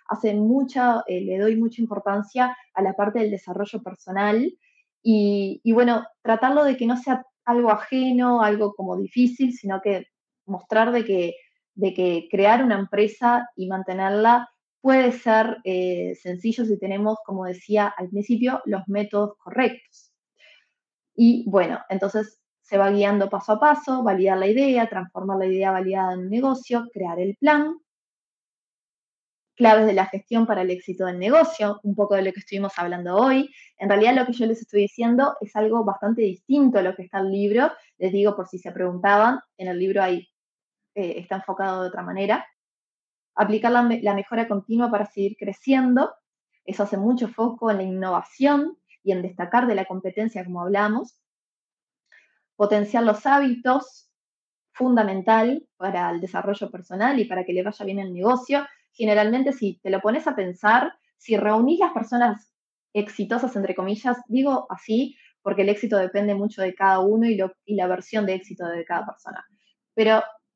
Le doy mucha importancia a la parte del desarrollo personal y bueno, tratarlo de que no sea algo ajeno, algo como difícil, sino que mostrar de que crear una empresa y mantenerla puede ser sencillo si tenemos, como decía al principio, los métodos correctos. Y bueno, entonces se va guiando paso a paso, validar la idea, transformar la idea validada en un negocio, crear el plan, claves de la gestión para el éxito del negocio, un poco de lo que estuvimos hablando hoy. En realidad lo que yo les estoy diciendo es algo bastante distinto a lo que está en el libro. Les digo por si se preguntaban, en el libro está enfocado de otra manera. Aplicar la mejora continua para seguir creciendo. Eso hace mucho foco en la innovación y en destacar de la competencia, como hablamos. Potenciar los hábitos, fundamental para el desarrollo personal y para que le vaya bien el negocio. Generalmente, si te lo pones a pensar, si reunís las personas exitosas, entre comillas, digo así, porque el éxito depende mucho de cada uno y la versión de éxito de cada persona. Pero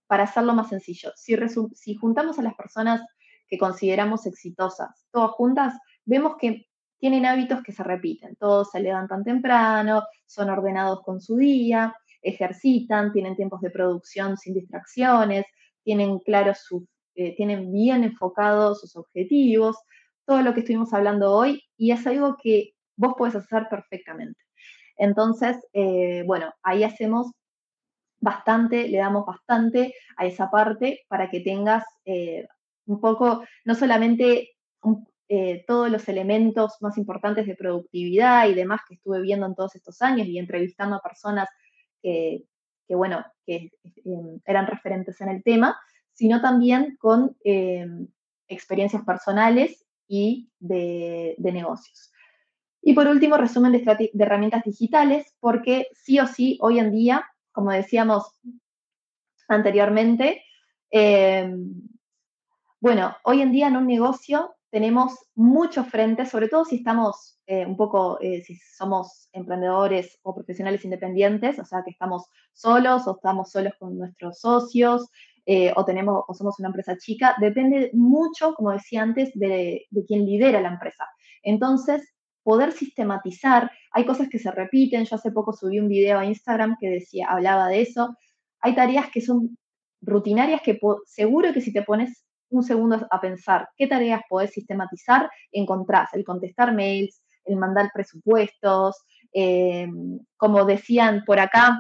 para hacerlo más sencillo, si juntamos a las personas que consideramos exitosas, todas juntas, vemos que tienen hábitos que se repiten. Todos se levantan temprano, son ordenados con su día, ejercitan, tienen tiempos de producción sin distracciones, tienen claros tienen bien enfocados sus objetivos, todo lo que estuvimos hablando hoy, y es algo que vos podés hacer perfectamente. Entonces, bueno, ahí hacemos bastante, le damos bastante a esa parte para que tengas un poco, no solamente todos los elementos más importantes de productividad y demás que estuve viendo en todos estos años y entrevistando a personas que, bueno, que eran referentes en el tema, sino también con experiencias personales y de negocios. Y por último, resumen de herramientas digitales, porque sí o sí, hoy en día, como decíamos anteriormente, eh, bueno, hoy en día en un negocio tenemos muchos frentes, sobre todo si estamos si somos emprendedores o profesionales independientes, o sea, que estamos solos o estamos solos con nuestros socios, o somos una empresa chica, depende mucho, como decía antes, de quién lidera la empresa. Entonces, poder sistematizar, hay cosas que se repiten, yo hace poco subí un video a Instagram que hablaba de eso, hay tareas que son rutinarias que seguro que si te pones un segundo a pensar qué tareas podés sistematizar, encontrás el contestar mails, el mandar presupuestos, como decían por acá,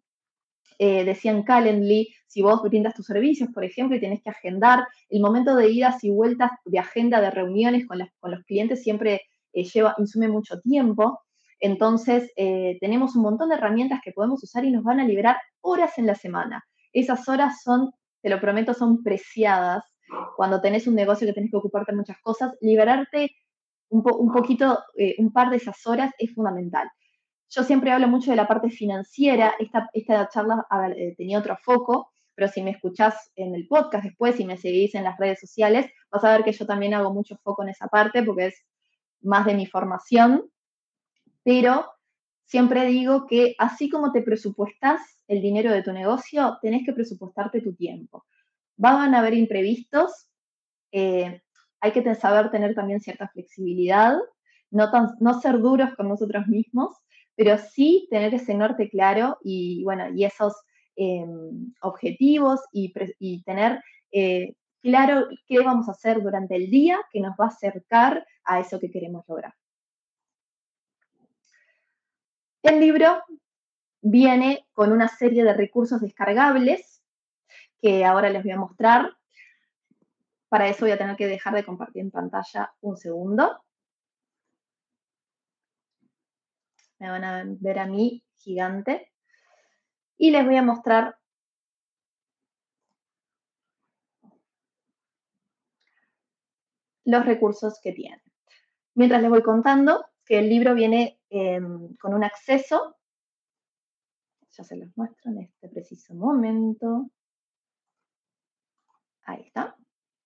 decían Calendly, si vos brindas tus servicios, por ejemplo, y tenés que agendar, el momento de idas y vueltas de agenda de reuniones con los clientes siempre insume mucho tiempo. Entonces, tenemos un montón de herramientas que podemos usar y nos van a liberar horas en la semana. Esas horas son, te lo prometo, son preciadas. Cuando tenés un negocio que tenés que ocuparte de muchas cosas, liberarte un poquito, un par de esas horas es fundamental. Yo siempre hablo mucho de la parte financiera, esta charla tenía otro foco, pero si me escuchás en el podcast después, si me seguís en las redes sociales, vas a ver que yo también hago mucho foco en esa parte porque es más de mi formación, pero siempre digo que así como te presupuestás el dinero de tu negocio, tenés que presupuestarte tu tiempo. Van a haber imprevistos, hay que saber tener también cierta flexibilidad, no ser duros con nosotros mismos, pero sí tener ese norte claro y, bueno, y esos objetivos y tener claro qué vamos a hacer durante el día que nos va a acercar a eso que queremos lograr. El libro viene con una serie de recursos descargables que ahora les voy a mostrar. Para eso voy a tener que dejar de compartir en pantalla un segundo. Me van a ver a mí gigante. Y les voy a mostrar los recursos que tiene. Mientras les voy contando que el libro viene con un acceso, ya se los muestro en este preciso momento. Ahí está.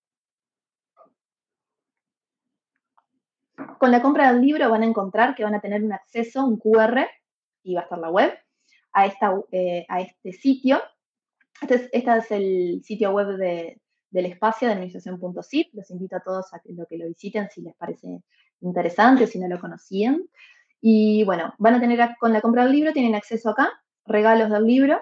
Con la compra del libro van a encontrar que van a tener un acceso, un QR, y va a estar la web, a este sitio. Este es el sitio web del espacio de administración.zip. Los invito a todos a que lo visiten si les parece interesante, si no lo conocían. Y bueno, van a tener con la compra del libro, tienen acceso acá, regalos del libro.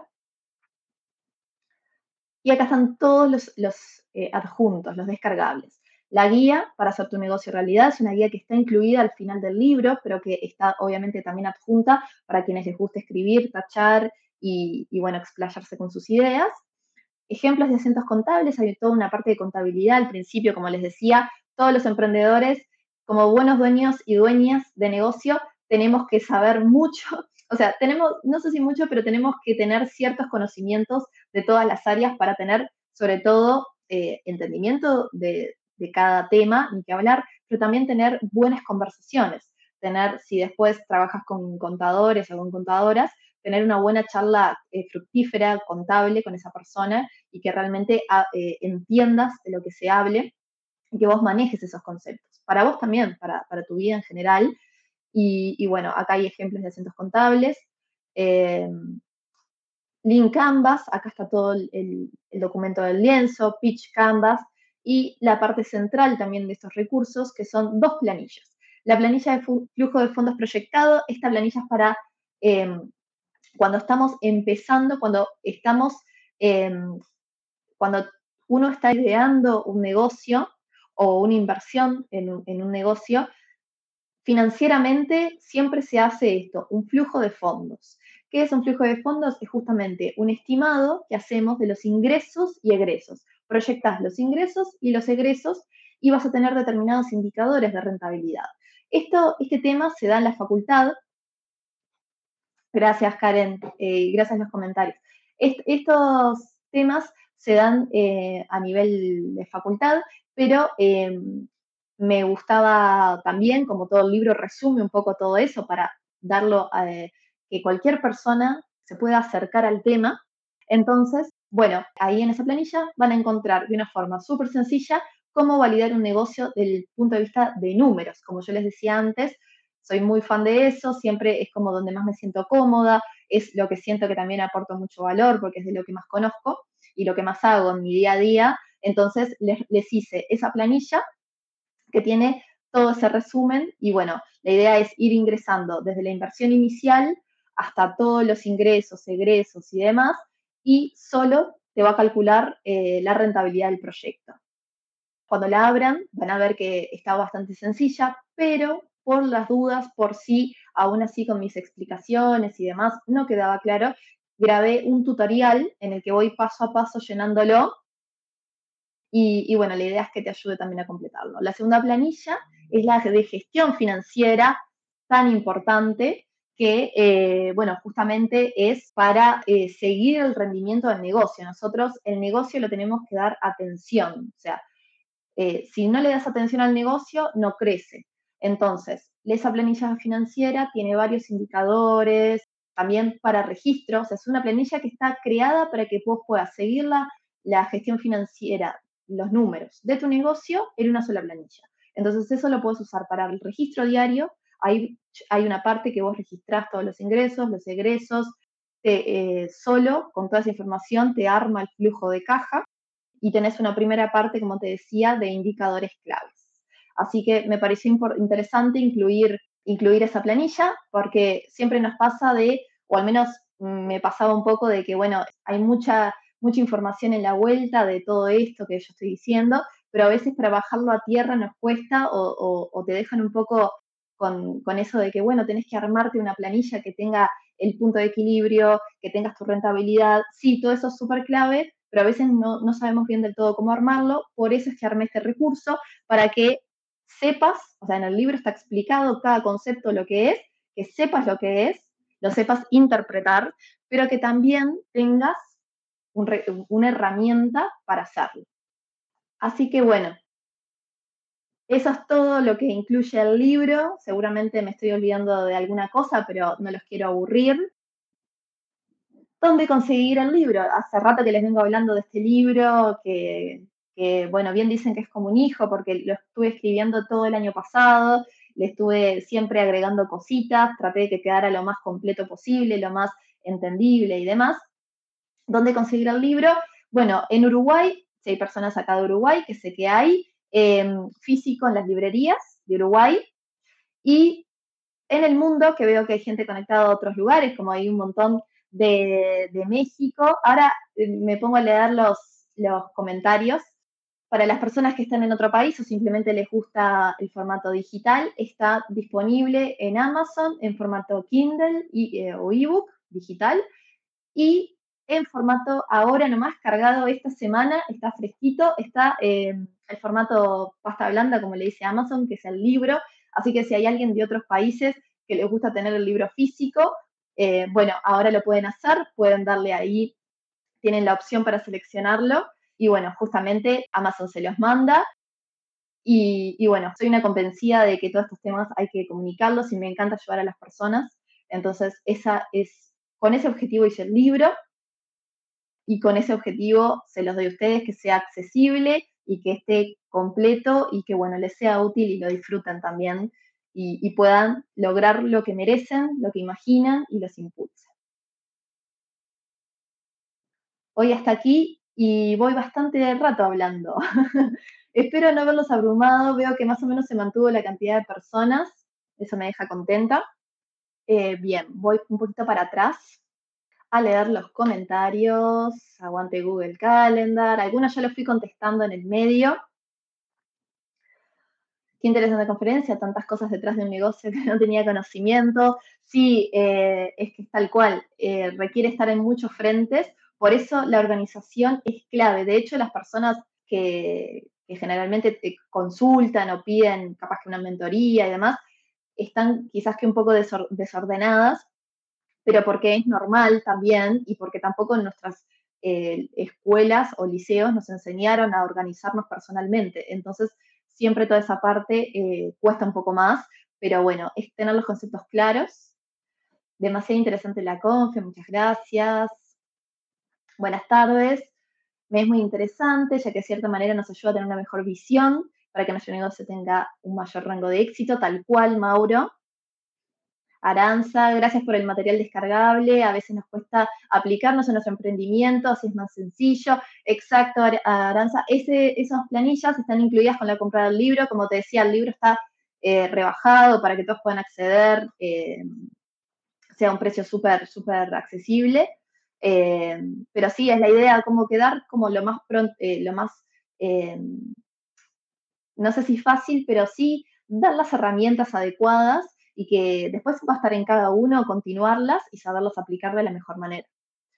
Y acá están todos los adjuntos, los descargables. La guía para hacer tu negocio realidad es una guía que está incluida al final del libro, pero que está obviamente también adjunta para quienes les guste escribir, tachar y bueno, explayarse con sus ideas. Ejemplos de acentos contables, hay toda una parte de contabilidad al principio, como les decía, todos los emprendedores, como buenos dueños y dueñas de negocio, tenemos que saber mucho, o sea, no sé si mucho, pero tenemos que tener ciertos conocimientos de todas las áreas para tener, sobre todo, entendimiento de cada tema, ni que hablar, pero también tener buenas conversaciones, si después trabajas con contadores o con contadoras, tener una buena charla fructífera, contable con esa persona y que realmente entiendas de lo que se hable y que vos manejes esos conceptos. Para vos también, para tu vida en general. Y bueno, acá hay ejemplos de acentos contables. Lean Canvas, acá está todo el documento del lienzo, Pitch Canvas, y la parte central también de estos recursos, que son dos planillas. La planilla de flujo de fondos proyectado, esta planilla es para cuando estamos empezando, eh, cuando uno está ideando un negocio o una inversión en un negocio, financieramente siempre se hace esto, un flujo de fondos. ¿Qué es un flujo de fondos? Es justamente un estimado que hacemos de los ingresos y egresos. Proyectas los ingresos y los egresos y vas a tener determinados indicadores de rentabilidad. Este tema se da en la facultad. Gracias, Karen. Gracias a los comentarios. Estos temas se dan a nivel de facultad, pero me gustaba también, como todo el libro resume un poco todo eso para darlo a que cualquier persona se pueda acercar al tema. Entonces, bueno, ahí en esa planilla van a encontrar de una forma súper sencilla cómo validar un negocio desde el punto de vista de números. Como yo les decía antes, soy muy fan de eso, siempre es como donde más me siento cómoda, es lo que siento que también aporto mucho valor porque es de lo que más conozco y lo que más hago en mi día a día. Entonces les hice esa planilla que tiene todo ese resumen y bueno, la idea es ir ingresando desde la inversión inicial hasta todos los ingresos, egresos y demás, y solo te va a calcular la rentabilidad del proyecto. Cuando la abran, van a ver que está bastante sencilla, pero por las dudas, por si aún así con mis explicaciones y demás no quedaba claro, grabé un tutorial en el que voy paso a paso llenándolo y bueno, la idea es que te ayude también a completarlo. La segunda planilla es la de gestión financiera, tan importante que, bueno, justamente es para seguir el rendimiento del negocio. Nosotros el negocio lo tenemos que dar atención, o sea, si no le das atención al negocio, no crece. Entonces, esa planilla financiera tiene varios indicadores, también para registro, o sea, es una planilla que está creada para que vos puedas seguir la gestión financiera, los números de tu negocio en una sola planilla. Entonces, eso lo puedes usar para el registro diario. Ahí hay una parte que vos registrás todos los ingresos, los egresos, solo con toda esa información te arma el flujo de caja y tenés una primera parte, como te decía, de indicadores claves. Así que me pareció interesante incluir esa planilla porque siempre nos pasa o al menos me pasaba un poco de que, bueno, hay mucha información en la vuelta de todo esto que yo estoy diciendo, pero a veces para bajarlo a tierra nos cuesta o te dejan un poco con eso de que, bueno, tenés que armarte una planilla que tenga el punto de equilibrio, que tengas tu rentabilidad. Sí, todo eso es súper clave, pero a veces no sabemos bien del todo cómo armarlo. Por eso es que armé este recurso, para que sepas, o sea, en el libro está explicado cada concepto lo que sepas lo que es, lo sepas interpretar, pero que también tengas una herramienta para hacerlo. Así que bueno, eso es todo lo que incluye el libro. Seguramente me estoy olvidando de alguna cosa, pero no los quiero aburrir. ¿Dónde conseguir el libro? Hace rato que les vengo hablando de este libro, bueno, bien dicen que es como un hijo, porque lo estuve escribiendo todo el año pasado, le estuve siempre agregando cositas, traté de que quedara lo más completo posible, lo más entendible y demás. ¿Dónde conseguir el libro? Bueno, en Uruguay, si hay personas acá de Uruguay, que sé que hay, físico en las librerías de Uruguay, y en el mundo, que veo que hay gente conectada a otros lugares, como hay un montón de México. Ahora me pongo a leer los comentarios. Para las personas que están en otro país o simplemente les gusta el formato digital, está disponible en Amazon en formato Kindle o ebook digital y en formato ahora nomás cargado esta semana, está fresquito, está el formato pasta blanda, como le dice Amazon, que es el libro. Así que si hay alguien de otros países que les gusta tener el libro físico, bueno, ahora lo pueden hacer, pueden darle ahí, tienen la opción para seleccionarlo y bueno, justamente Amazon se los manda. Y bueno, soy una convencida de que todos estos temas hay que comunicarlos y me encanta ayudar a las personas. Entonces, con ese objetivo hice el libro y con ese objetivo se los doy a ustedes, que sea accesible y que esté completo y que, bueno, les sea útil y lo disfruten también y puedan lograr lo que merecen, lo que imaginan y los impulse. hoy hasta aquí y voy bastante rato hablando. Espero no haberlos abrumado, veo que más o menos se mantuvo la cantidad de personas, eso me deja contenta. Bien, voy un poquito para atrás a leer los comentarios, aguante Google Calendar, algunos ya los fui contestando en el medio. Qué interesante conferencia, tantas cosas detrás de un negocio que no tenía conocimiento. Sí, es que es tal cual, requiere estar en muchos frentes, por eso la organización es clave. De hecho, las personas que generalmente te consultan o piden capaz que una mentoría y demás, están quizás que un poco desordenadas, pero porque es normal también y porque tampoco en nuestras escuelas o liceos nos enseñaron a organizarnos personalmente. Entonces, siempre toda esa parte cuesta un poco más, pero bueno, es tener los conceptos claros. Demasiado interesante la confe, muchas gracias. Buenas tardes. Me es muy interesante, ya que de cierta manera nos ayuda a tener una mejor visión para que nuestro negocio tenga un mayor rango de éxito, tal cual, Mauro. Aranza, gracias por el material descargable, a veces nos cuesta aplicarnos en nuestro emprendimiento, así es más sencillo. Exacto, Aranza, esas planillas están incluidas con la compra del libro, como te decía, el libro está rebajado para que todos puedan acceder, sea un precio súper, súper accesible. Pero sí, es la idea, como quedar como lo más pronto, eh, no sé si fácil, pero sí dar las herramientas adecuadas y que después va a estar en cada uno continuarlas y saberlos aplicar de la mejor manera.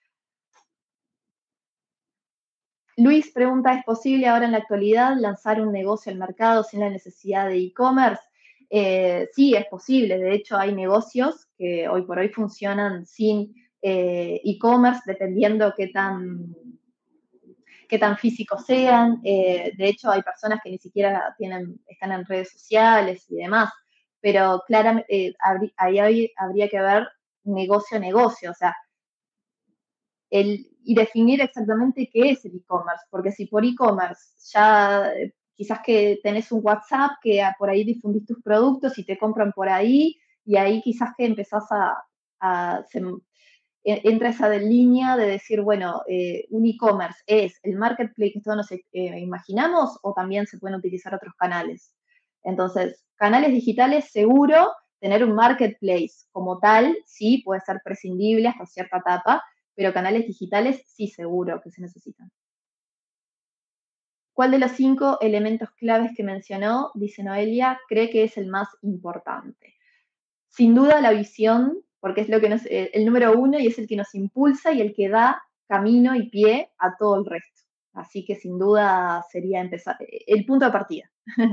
Luis pregunta, ¿es posible ahora en la actualidad lanzar un negocio al mercado sin la necesidad de e-commerce? Sí, es posible. De hecho, hay negocios que hoy por hoy funcionan sin e-commerce, dependiendo qué tan físicos sean. De hecho, hay personas que ni siquiera están en redes sociales y demás, pero claramente ahí habría que ver negocio a negocio, o sea, y definir exactamente qué es el e-commerce, porque si por e-commerce ya quizás que tenés un WhatsApp que por ahí difundís tus productos y te compran por ahí, y ahí quizás que empezás entra esa de línea de decir, bueno, un e-commerce es el marketplace que todos nos imaginamos o también se pueden utilizar otros canales. Entonces, canales digitales seguro, tener un marketplace como tal, sí, puede ser prescindible hasta cierta etapa, pero canales digitales sí seguro que se necesitan. ¿Cuál de los 5 elementos claves que mencionó, dice Noelia, cree que es el más importante? Sin duda la visión, porque es lo que el número 1 y es el que nos impulsa y el que da camino y pie a todo el resto. Así que sin duda sería empezar, el punto de partida.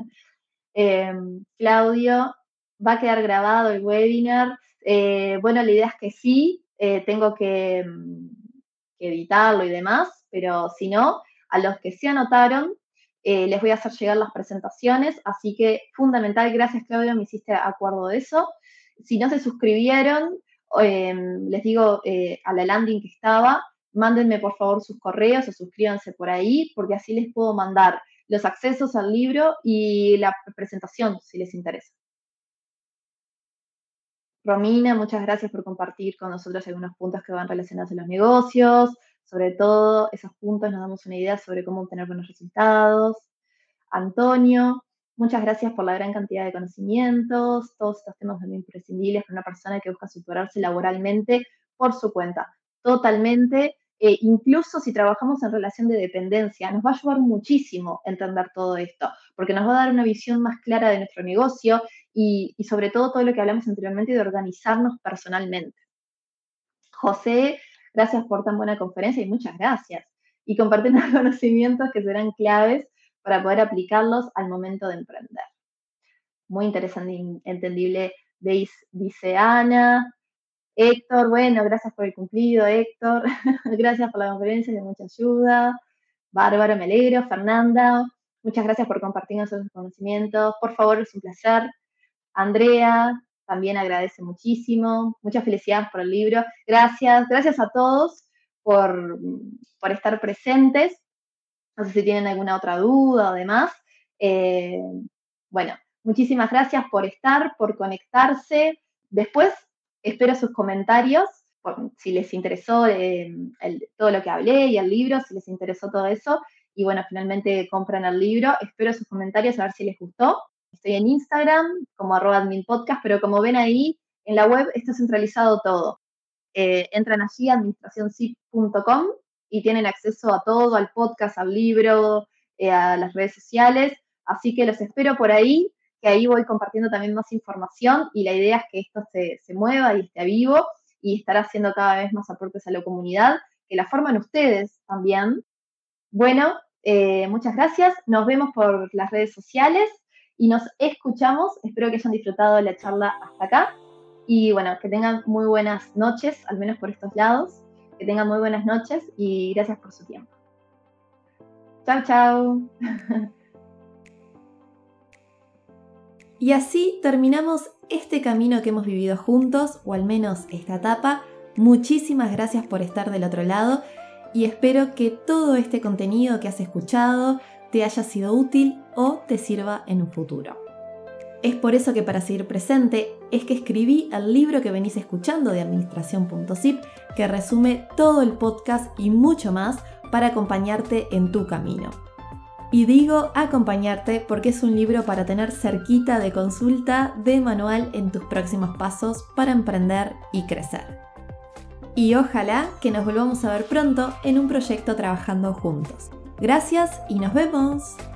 Claudio, va a quedar grabado el webinar. Bueno, la idea es que sí, tengo que editarlo y demás, pero si no, a los que se anotaron, les voy a hacer llegar las presentaciones, así que fundamental, gracias Claudio, me hiciste acuerdo de eso. Si no se suscribieron, les digo a la landing que estaba, mándenme por favor sus correos o suscríbanse por ahí, porque así les puedo mandar los accesos al libro y la presentación, si les interesa. Romina, muchas gracias por compartir con nosotros algunos puntos que van relacionados a los negocios. Sobre todo, esos puntos nos damos una idea sobre cómo obtener buenos resultados. Antonio, muchas gracias por la gran cantidad de conocimientos. Todos estos temas son imprescindibles para una persona que busca superarse laboralmente por su cuenta. Totalmente. Incluso si trabajamos en relación de dependencia, nos va a ayudar muchísimo entender todo esto, porque nos va a dar una visión más clara de nuestro negocio y sobre todo lo que hablamos anteriormente de organizarnos personalmente. José, gracias por tan buena conferencia y muchas gracias. Y compartir los conocimientos que serán claves para poder aplicarlos al momento de emprender. Muy interesante y entendible, dice Ana. Héctor, bueno, gracias por el cumplido, Héctor. Gracias por la conferencia, de mucha ayuda. Bárbara, me alegro. Fernanda, muchas gracias por compartirnos esos conocimientos. Por favor, es un placer. Andrea, también agradece muchísimo. Muchas felicidades por el libro. Gracias, gracias a todos por estar presentes. No sé si tienen alguna otra duda o demás. Eh, bueno, muchísimas gracias por estar, por conectarse. Después espero sus comentarios si les interesó todo lo que hablé y el libro, si les interesó todo eso, y bueno, finalmente compran el libro. Espero sus comentarios a ver si les gustó. Estoy en Instagram como @adminpodcast, pero como ven ahí en la web está centralizado todo. Entran allí a administracioncip.com y tienen acceso a todo, al podcast, al libro, a las redes sociales, así que los espero por ahí, que ahí voy compartiendo también más información y la idea es que esto se mueva y esté vivo y estar haciendo cada vez más aportes a la comunidad, que la forman ustedes también. Bueno, muchas gracias, nos vemos por las redes sociales y nos escuchamos. Espero que hayan disfrutado de la charla hasta acá y bueno, que tengan muy buenas noches, al menos por estos lados, que tengan muy buenas noches y gracias por su tiempo. Chau, chau. Y así terminamos este camino que hemos vivido juntos, o al menos esta etapa. Muchísimas gracias por estar del otro lado y espero que todo este contenido que has escuchado te haya sido útil o te sirva en un futuro. Es por eso que para seguir presente es que escribí el libro que venís escuchando de Administración.zip, que resume todo el podcast y mucho más para acompañarte en tu camino. Y digo acompañarte porque es un libro para tener cerquita de consulta, de manual en tus próximos pasos para emprender y crecer. Y ojalá que nos volvamos a ver pronto en un proyecto trabajando juntos. Gracias y nos vemos.